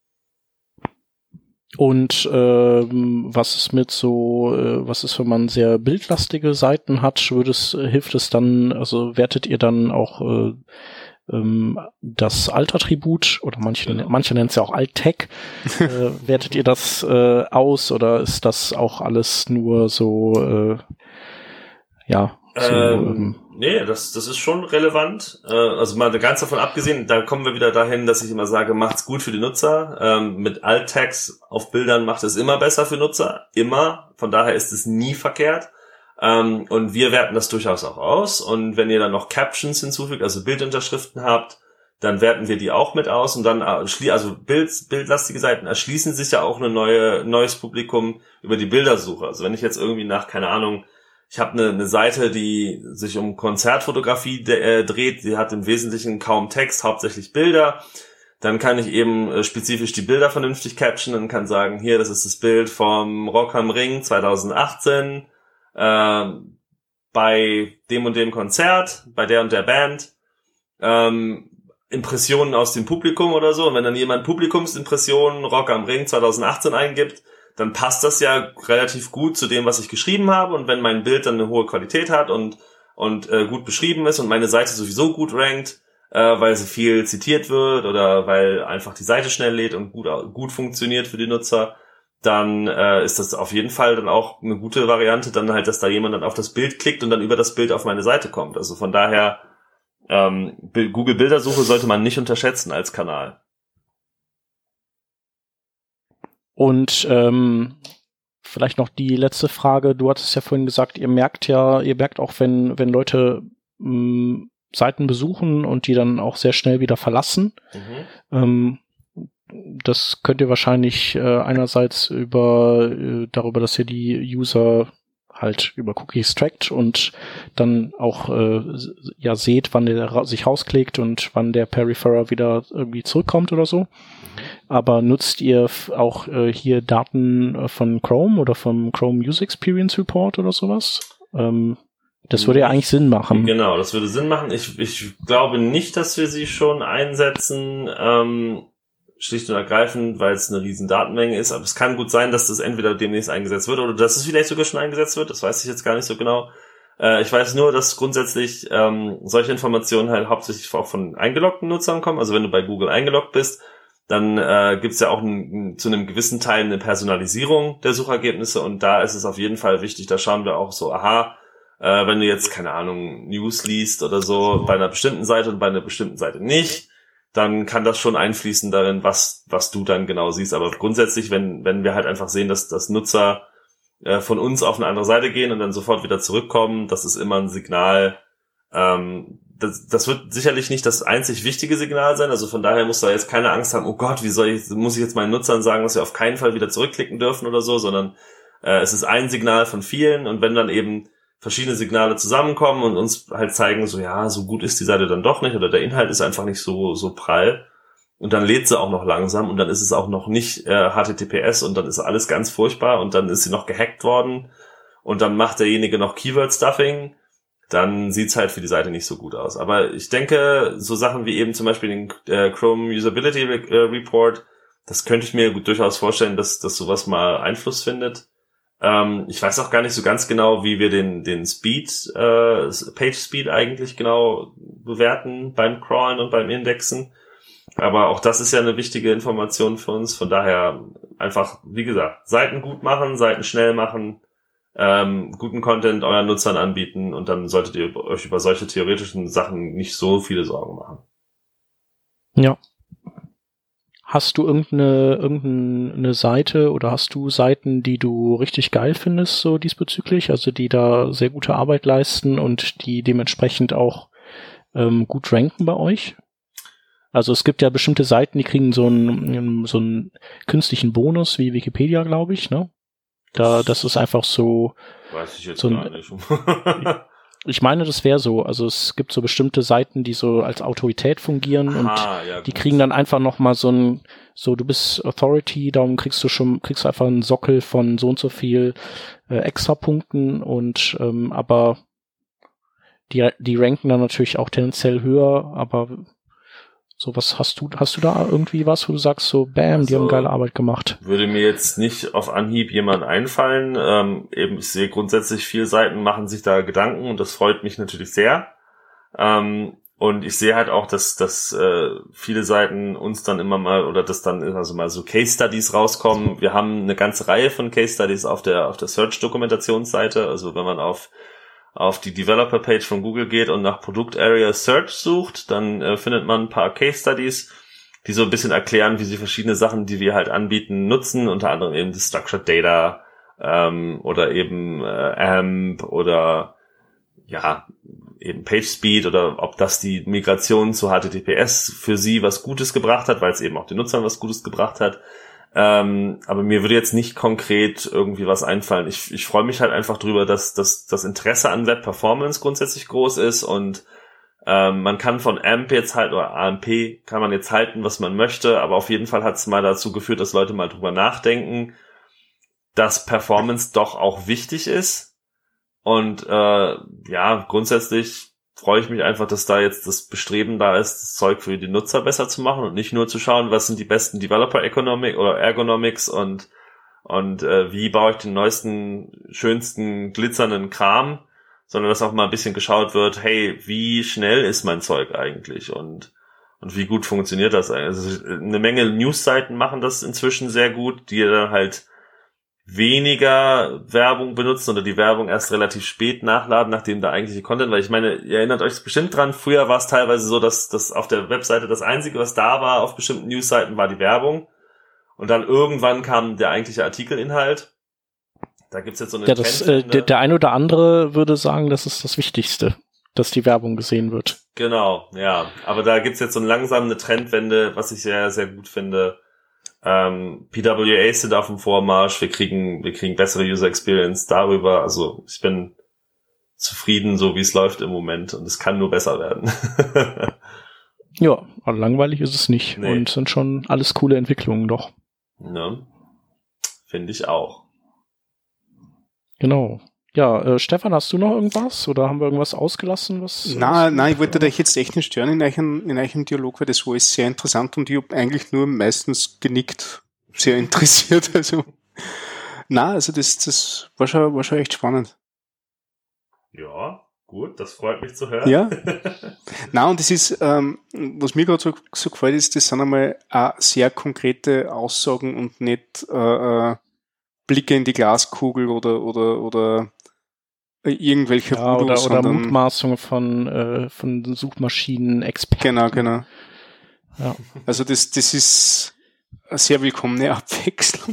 Und ähm, was ist mit so, äh, was ist, wenn man sehr bildlastige Seiten hat, würde es, hilft es dann, also wertet ihr dann auch äh, ähm, das Alt-Attribut oder manche, genau. manche nennen es ja auch Alt-Tag, äh, wertet ihr das äh, aus oder ist das auch alles nur so, äh, ja, so, ähm, ähm, nee, das, das ist schon relevant. Äh, also mal ganz davon abgesehen, da kommen wir wieder dahin, dass ich immer sage, macht's gut für die Nutzer. Ähm, mit Alt-Tags auf Bildern macht es immer besser für Nutzer. Immer. Von daher ist es nie verkehrt. Ähm, und wir werten das durchaus auch aus. Und wenn ihr dann noch Captions hinzufügt, also Bildunterschriften habt, dann werten wir die auch mit aus. Und dann, also Bild, bildlastige Seiten erschließen sich ja auch ein neue, neues Publikum über die Bildersuche. Also wenn ich jetzt irgendwie nach, keine Ahnung, ich habe eine, eine Seite, die sich um Konzertfotografie de, äh, dreht, die hat im Wesentlichen kaum Text, hauptsächlich Bilder. Dann kann ich eben äh, spezifisch die Bilder vernünftig captionen und kann sagen, hier, das ist das Bild vom Rock am Ring zwanzig achtzehn äh, bei dem und dem Konzert, bei der und der Band, ähm, Impressionen aus dem Publikum oder so. Und wenn dann jemand Publikumsimpressionen Rock am Ring zwanzig achtzehn eingibt, dann passt das ja relativ gut zu dem, was ich geschrieben habe. Und wenn mein Bild dann eine hohe Qualität hat und und äh, gut beschrieben ist und meine Seite sowieso gut rankt, äh, weil sie viel zitiert wird oder weil einfach die Seite schnell lädt und gut gut funktioniert für die Nutzer, dann äh, ist das auf jeden Fall dann auch eine gute Variante, dann halt, dass da jemand dann auf das Bild klickt und dann über das Bild auf meine Seite kommt. Also von daher, ähm, Google Bildersuche sollte man nicht unterschätzen als Kanal. Und ähm, vielleicht noch die letzte Frage. Du hattest ja vorhin gesagt, ihr merkt ja, ihr merkt auch, wenn wenn Leute mh, Seiten besuchen und die dann auch sehr schnell wieder verlassen. Mhm. Ähm, das könnt ihr wahrscheinlich äh, einerseits über äh, darüber, dass ihr die User halt über Cookies trackt und dann auch äh, ja seht, wann der ra- sich rausklickt und wann der per Referrer wieder irgendwie zurückkommt oder so. Aber nutzt ihr f- auch äh, hier Daten äh, von Chrome oder vom Chrome User Experience Report oder sowas? Ähm, das würde ja eigentlich Sinn machen. Genau, das würde Sinn machen. Ich, ich glaube nicht, dass wir sie schon einsetzen, ähm, schlicht und ergreifend, weil es eine riesen Datenmenge ist. Aber es kann gut sein, dass das entweder demnächst eingesetzt wird oder dass es vielleicht sogar schon eingesetzt wird. Das weiß ich jetzt gar nicht so genau. Äh, ich weiß nur, dass grundsätzlich ähm, solche Informationen halt hauptsächlich auch von eingeloggten Nutzern kommen. Also wenn du bei Google eingeloggt bist, dann äh, gibt es ja auch ein, zu einem gewissen Teil eine Personalisierung der Suchergebnisse und da ist es auf jeden Fall wichtig, da schauen wir auch so, aha, äh, wenn du jetzt, keine Ahnung, News liest oder so bei einer bestimmten Seite und bei einer bestimmten Seite nicht, dann kann das schon einfließen darin, was was du dann genau siehst. Aber grundsätzlich, wenn wenn wir halt einfach sehen, dass, dass Nutzer äh, von uns auf eine andere Seite gehen und dann sofort wieder zurückkommen, das ist immer ein Signal, ähm, Das, das wird sicherlich nicht das einzig wichtige Signal sein, also von daher muss da jetzt keine Angst haben, oh Gott, wie soll ich, muss ich jetzt meinen Nutzern sagen, dass sie auf keinen Fall wieder zurückklicken dürfen oder so, sondern äh, es ist ein Signal von vielen und wenn dann eben verschiedene Signale zusammenkommen und uns halt zeigen, so ja, so gut ist die Seite dann doch nicht oder der Inhalt ist einfach nicht so so prall und dann lädt sie auch noch langsam und dann ist es auch noch nicht äh, H T T P S und dann ist alles ganz furchtbar und dann ist sie noch gehackt worden und dann macht derjenige noch Keyword-Stuffing, dann sieht's halt für die Seite nicht so gut aus. Aber ich denke, so Sachen wie eben zum Beispiel den äh, Chrome Usability Re- äh, Report, das könnte ich mir gut durchaus vorstellen, dass, dass sowas mal Einfluss findet. Ähm, ich weiß auch gar nicht so ganz genau, wie wir den, den Speed, äh, Page Speed eigentlich genau bewerten beim Crawlen und beim Indexen. Aber auch das ist ja eine wichtige Information für uns. Von daher einfach, wie gesagt, Seiten gut machen, Seiten schnell machen, ähm, guten Content euren Nutzern anbieten und dann solltet ihr euch über solche theoretischen Sachen nicht so viele Sorgen machen. Ja. Hast du irgendeine, irgendeine Seite oder hast du Seiten, die du richtig geil findest, so diesbezüglich? Also die da sehr gute Arbeit leisten und die dementsprechend auch ähm, gut ranken bei euch? Also es gibt ja bestimmte Seiten, die kriegen so einen, so einen künstlichen Bonus wie Wikipedia, glaube ich, ne? Da, das ist einfach so. Weiß ich jetzt so ein, gar nicht. Ich meine, das wäre so. Also es gibt so bestimmte Seiten, die so als Autorität fungieren. Aha, und ja, die kriegen dann einfach nochmal so ein, so du bist Authority, darum kriegst du schon, kriegst du einfach einen Sockel von so und so viel äh, Extrapunkten und ähm, aber die, die ranken dann natürlich auch tendenziell höher, aber so, was hast du, hast du da irgendwie was, wo du sagst, so, bam, also, die haben geile Arbeit gemacht? Würde mir jetzt nicht auf Anhieb jemand einfallen. Ähm, eben, ich sehe grundsätzlich, viele Seiten machen sich da Gedanken und das freut mich natürlich sehr. Ähm, und ich sehe halt auch, dass, dass äh, viele Seiten uns dann immer mal, oder dass dann also mal so Case Studies rauskommen. Wir haben eine ganze Reihe von Case Studies auf der, auf der Search-Dokumentationsseite. Also wenn man auf auf die Developer-Page von Google geht und nach Produkt-Area Search sucht, dann äh, findet man ein paar Case-Studies, die so ein bisschen erklären, wie sie verschiedene Sachen, die wir halt anbieten, nutzen, unter anderem eben das Structured Data ähm, oder eben äh, A M P oder ja, eben PageSpeed oder ob das die Migration zu H T T P S für sie was Gutes gebracht hat, weil es eben auch den Nutzern was Gutes gebracht hat. Ähm, aber mir würde jetzt nicht konkret irgendwie was einfallen. Ich, ich freue mich halt einfach drüber, dass, dass das Interesse an Web-Performance grundsätzlich groß ist und ähm, man kann von A M P jetzt halt, oder A M P kann man jetzt halten, was man möchte, aber auf jeden Fall hat es mal dazu geführt, dass Leute mal drüber nachdenken, dass Performance doch auch wichtig ist und äh, ja, grundsätzlich freue ich mich einfach, dass da jetzt das Bestreben da ist, das Zeug für die Nutzer besser zu machen und nicht nur zu schauen, was sind die besten Developer Economic oder Ergonomics und und äh, wie baue ich den neuesten, schönsten, glitzernden Kram, sondern dass auch mal ein bisschen geschaut wird, hey, wie schnell ist mein Zeug eigentlich und und wie gut funktioniert das eigentlich? Also eine Menge Newsseiten machen das inzwischen sehr gut, die dann halt weniger Werbung benutzen oder die Werbung erst relativ spät nachladen, nachdem der eigentliche Content, weil ich meine, ihr erinnert euch bestimmt dran, früher war es teilweise so, dass das auf der Webseite das Einzige, was da war auf bestimmten Newsseiten, war die Werbung und dann irgendwann kam der eigentliche Artikelinhalt. Da gibt's jetzt so eine ja, das, äh, der, der ein oder andere würde sagen, das ist das Wichtigste, dass die Werbung gesehen wird. Genau, ja, aber da gibt's jetzt so langsam eine Trendwende, was ich sehr, sehr gut finde. Ähm, P W As sind auf dem Vormarsch, wir kriegen, wir kriegen bessere User Experience darüber, also ich bin zufrieden, so wie es läuft im Moment und es kann nur besser werden. Ja, aber langweilig ist es nicht nee. Und sind schon alles coole Entwicklungen doch. Ja, finde ich auch. Genau. Ja, äh, Stefan, hast du noch irgendwas oder haben wir irgendwas ausgelassen? Was, nein, nein, ich wollte euch jetzt echt nicht stören in eurem, in eurem Dialog, weil das war alles sehr interessant und ich habe eigentlich nur meistens genickt, sehr interessiert. Also, nein, also das, das war schon, war schon echt spannend. Ja, gut, das freut mich zu hören. Ja. Nein, und das ist, ähm, was mir gerade so, so gefällt, ist, das sind einmal auch sehr konkrete Aussagen und nicht äh, äh, Blicke in die Glaskugel oder oder oder irgendwelche ja, Voodoo, oder, oder Mutmaßungen von äh, von Suchmaschinen-Experten. Genau, genau. Ja. Also das das ist eine sehr willkommene Abwechslung.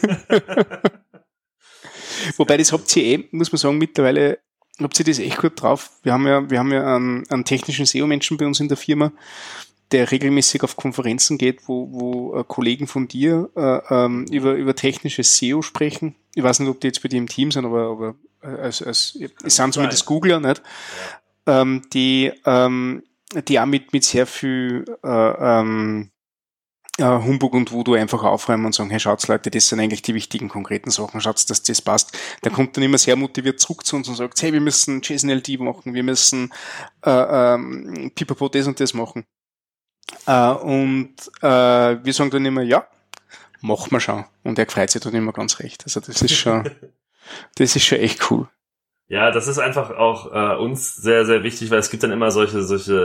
Wobei das habt ihr eh, muss man sagen, mittlerweile habt ihr das echt gut drauf. Wir haben ja wir haben ja einen, einen technischen S E O-Menschen bei uns in der Firma, der regelmäßig auf Konferenzen geht, wo, wo äh, Kollegen von dir äh, ähm, über, über technisches S E O sprechen. Ich weiß nicht, ob die jetzt bei dir im Team sind, aber, aber äh, als, als, es sind zumindest Googler, nicht? Ja. Ähm, die, ähm, die auch mit, mit sehr viel äh, ähm, äh, Humbug und Voodoo einfach aufräumen und sagen, hey, schaut's Leute, das sind eigentlich die wichtigen, konkreten Sachen, schaut's, dass das passt. Der kommt dann immer sehr motiviert zurück zu uns und sagt, hey, wir müssen JSON L D machen, wir müssen äh, ähm, Pipapo das und das machen. Uh, und uh, wir sagen dann immer, ja, machen wir schon. Und er freut sich dann immer ganz recht. Also das ist schon, das ist schon echt cool. Ja, das ist einfach auch äh, uns sehr, sehr wichtig, weil es gibt dann immer solche, solche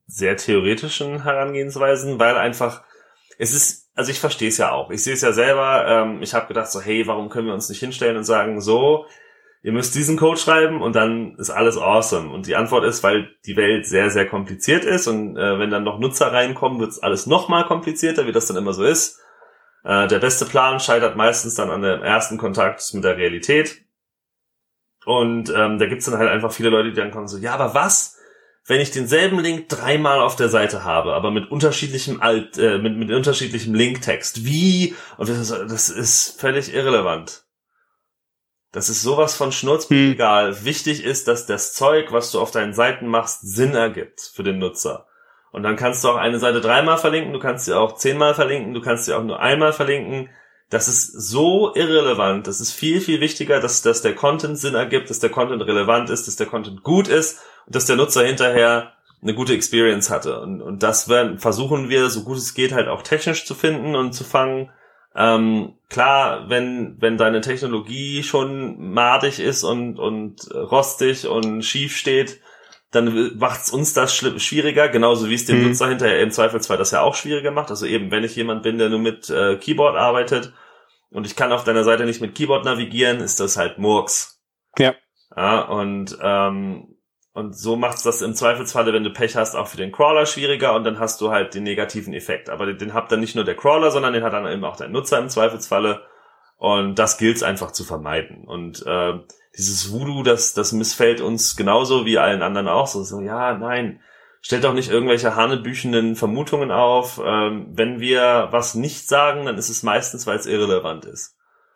sehr theoretischen Herangehensweisen, weil einfach, es ist, also ich verstehe es ja auch. Ich sehe es ja selber, ähm, ich habe gedacht so, hey, warum können wir uns nicht hinstellen und sagen, so, ihr müsst diesen Code schreiben und dann ist alles awesome. Und die Antwort ist, weil die Welt sehr, sehr kompliziert ist und äh, wenn dann noch Nutzer reinkommen, wird es alles noch mal komplizierter, wie das dann immer so ist. Äh, der beste Plan scheitert meistens dann an dem ersten Kontakt mit der Realität. Und ähm, da gibt's dann halt einfach viele Leute, die dann kommen so, ja, aber was, wenn ich denselben Link dreimal auf der Seite habe, aber mit unterschiedlichem Alt, äh, mit, mit unterschiedlichem Linktext? Wie? Und das, das ist völlig irrelevant. Das ist sowas von Schnurz, hm. egal. Wichtig ist, dass das Zeug, was du auf deinen Seiten machst, Sinn ergibt für den Nutzer. Und dann kannst du auch eine Seite dreimal verlinken, du kannst sie auch zehnmal verlinken, du kannst sie auch nur einmal verlinken. Das ist so irrelevant. Das ist viel, viel wichtiger, dass, dass der Content Sinn ergibt, dass der Content relevant ist, dass der Content gut ist und dass der Nutzer hinterher eine gute Experience hatte. Und, und das werden, versuchen wir, so gut es geht, halt auch technisch zu finden und zu fangen. Ähm, klar, wenn wenn deine Technologie schon madig ist und und rostig und schief steht, dann macht's uns das schwieriger, genauso wie es dem mhm. Nutzer hinterher im Zweifelsfall das ja auch schwieriger macht. Also eben, wenn ich jemand bin, der nur mit äh, Keyboard arbeitet und ich kann auf deiner Seite nicht mit Keyboard navigieren, ist das halt Murks. Ja. Ja, und ähm, und so macht's das im Zweifelsfalle, wenn du Pech hast, auch für den Crawler schwieriger und dann hast du halt den negativen Effekt. Aber den, den hat dann nicht nur der Crawler, sondern den hat dann eben auch der Nutzer im Zweifelsfalle und das gilt's einfach zu vermeiden. Und äh, dieses Voodoo, das das missfällt uns genauso wie allen anderen auch. So, so ja, nein, stellt doch nicht irgendwelche hanebüchenden Vermutungen auf. Ähm, wenn wir was nicht sagen, dann ist es meistens, weil es irrelevant ist.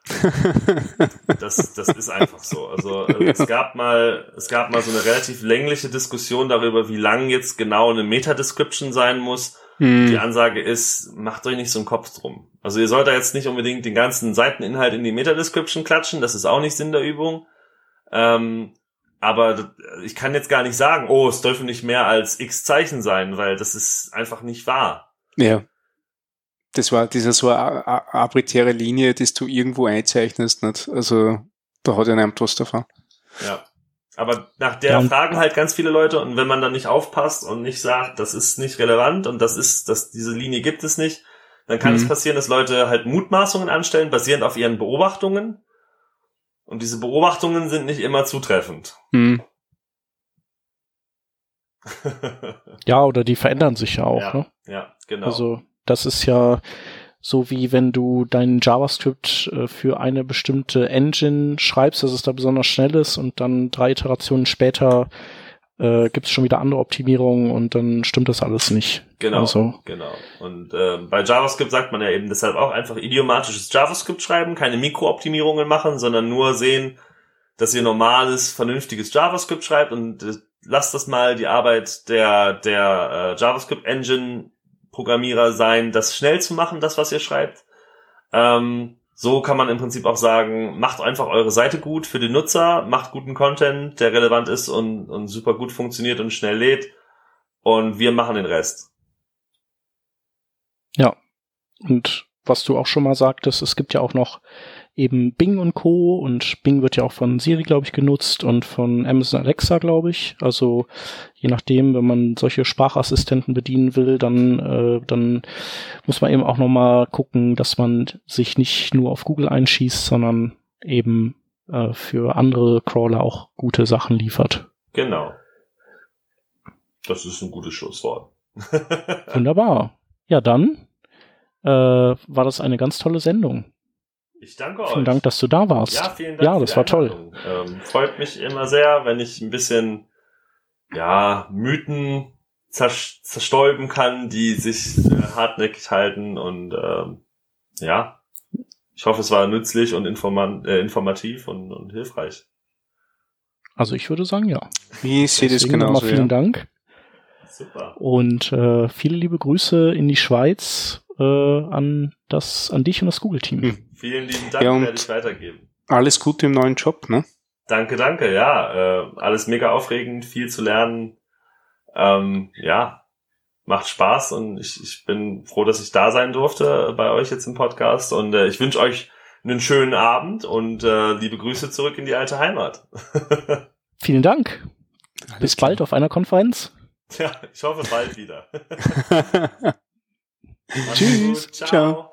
Das, das ist einfach so. Also äh, es gab mal, es gab mal so eine relativ längliche Diskussion darüber, wie lang jetzt genau eine Meta-Description sein muss. Hm. Die Ansage ist, macht euch nicht so einen Kopf drum. Also ihr sollt da jetzt nicht unbedingt den ganzen Seiteninhalt in die Meta-Description klatschen, das ist auch nicht Sinn der Übung. Ähm, aber ich kann jetzt gar nicht sagen, oh, es dürfen nicht mehr als x Zeichen sein, weil das ist einfach nicht wahr. Ja. Das war diese so eine arbitäre Linie, die du irgendwo einzeichnest, nicht? Also da hat ja niemand was davon. Ja, aber nach der ja. fragen halt ganz viele Leute und wenn man dann nicht aufpasst und nicht sagt, das ist nicht relevant und das ist, dass diese Linie gibt es nicht, dann kann mhm. es passieren, dass Leute halt Mutmaßungen anstellen, basierend auf ihren Beobachtungen und diese Beobachtungen sind nicht immer zutreffend. Mhm. Ja, oder die verändern sich ja auch. Ja, ne? ja, genau. Also das ist ja so wie wenn du dein JavaScript äh, für eine bestimmte Engine schreibst, dass es da besonders schnell ist und dann drei Iterationen später äh, gibt es schon wieder andere Optimierungen und dann stimmt das alles nicht. Genau, also. genau. Und äh, bei JavaScript sagt man ja eben deshalb auch einfach idiomatisches JavaScript schreiben, keine Mikrooptimierungen machen, sondern nur sehen, dass ihr normales, vernünftiges JavaScript schreibt und äh, lasst das mal die Arbeit der der äh, JavaScript-Engine Programmierer sein, das schnell zu machen, das, was ihr schreibt. Ähm, so kann man im Prinzip auch sagen, macht einfach eure Seite gut für den Nutzer, macht guten Content, der relevant ist und, und super gut funktioniert und schnell lädt und wir machen den Rest. Ja, und was du auch schon mal sagtest, es gibt ja auch noch eben Bing und Co. und Bing wird ja auch von Siri, glaube ich, genutzt und von Amazon Alexa, glaube ich. Also je nachdem, wenn man solche Sprachassistenten bedienen will, dann äh, dann muss man eben auch nochmal gucken, dass man sich nicht nur auf Google einschießt, sondern eben äh, für andere Crawler auch gute Sachen liefert. Genau. Das ist ein gutes Schlusswort. Wunderbar. Ja, dann äh, war das eine ganz tolle Sendung. Ich danke euch. Vielen Dank, dass du da warst. Ja, vielen Dank. Ja, das war toll. Ähm, freut mich immer sehr, wenn ich ein bisschen, ja, Mythen zersch- zerstäuben kann, die sich äh, hartnäckig halten und, ähm, ja, ich hoffe, es war nützlich und informa- äh, informativ und, und hilfreich. Also ich würde sagen, ja. Ich sehe das genauso. Vielen ja. Dank. Super. Und äh, viele liebe Grüße in die Schweiz äh, an das, an dich und das Google-Team. Hm. Vielen lieben Dank, ja, werde ich weitergeben. Alles Gute im neuen Job, ne? Danke, danke, ja. Äh, alles mega aufregend, viel zu lernen. Ähm, ja, macht Spaß und ich, ich bin froh, dass ich da sein durfte bei euch jetzt im Podcast und äh, ich wünsche euch einen schönen Abend und äh, liebe Grüße zurück in die alte Heimat. Vielen Dank. Alles Bis klar. bald auf einer Konferenz. Ja, ich hoffe bald wieder. Tschüss. Ciao. Ciao.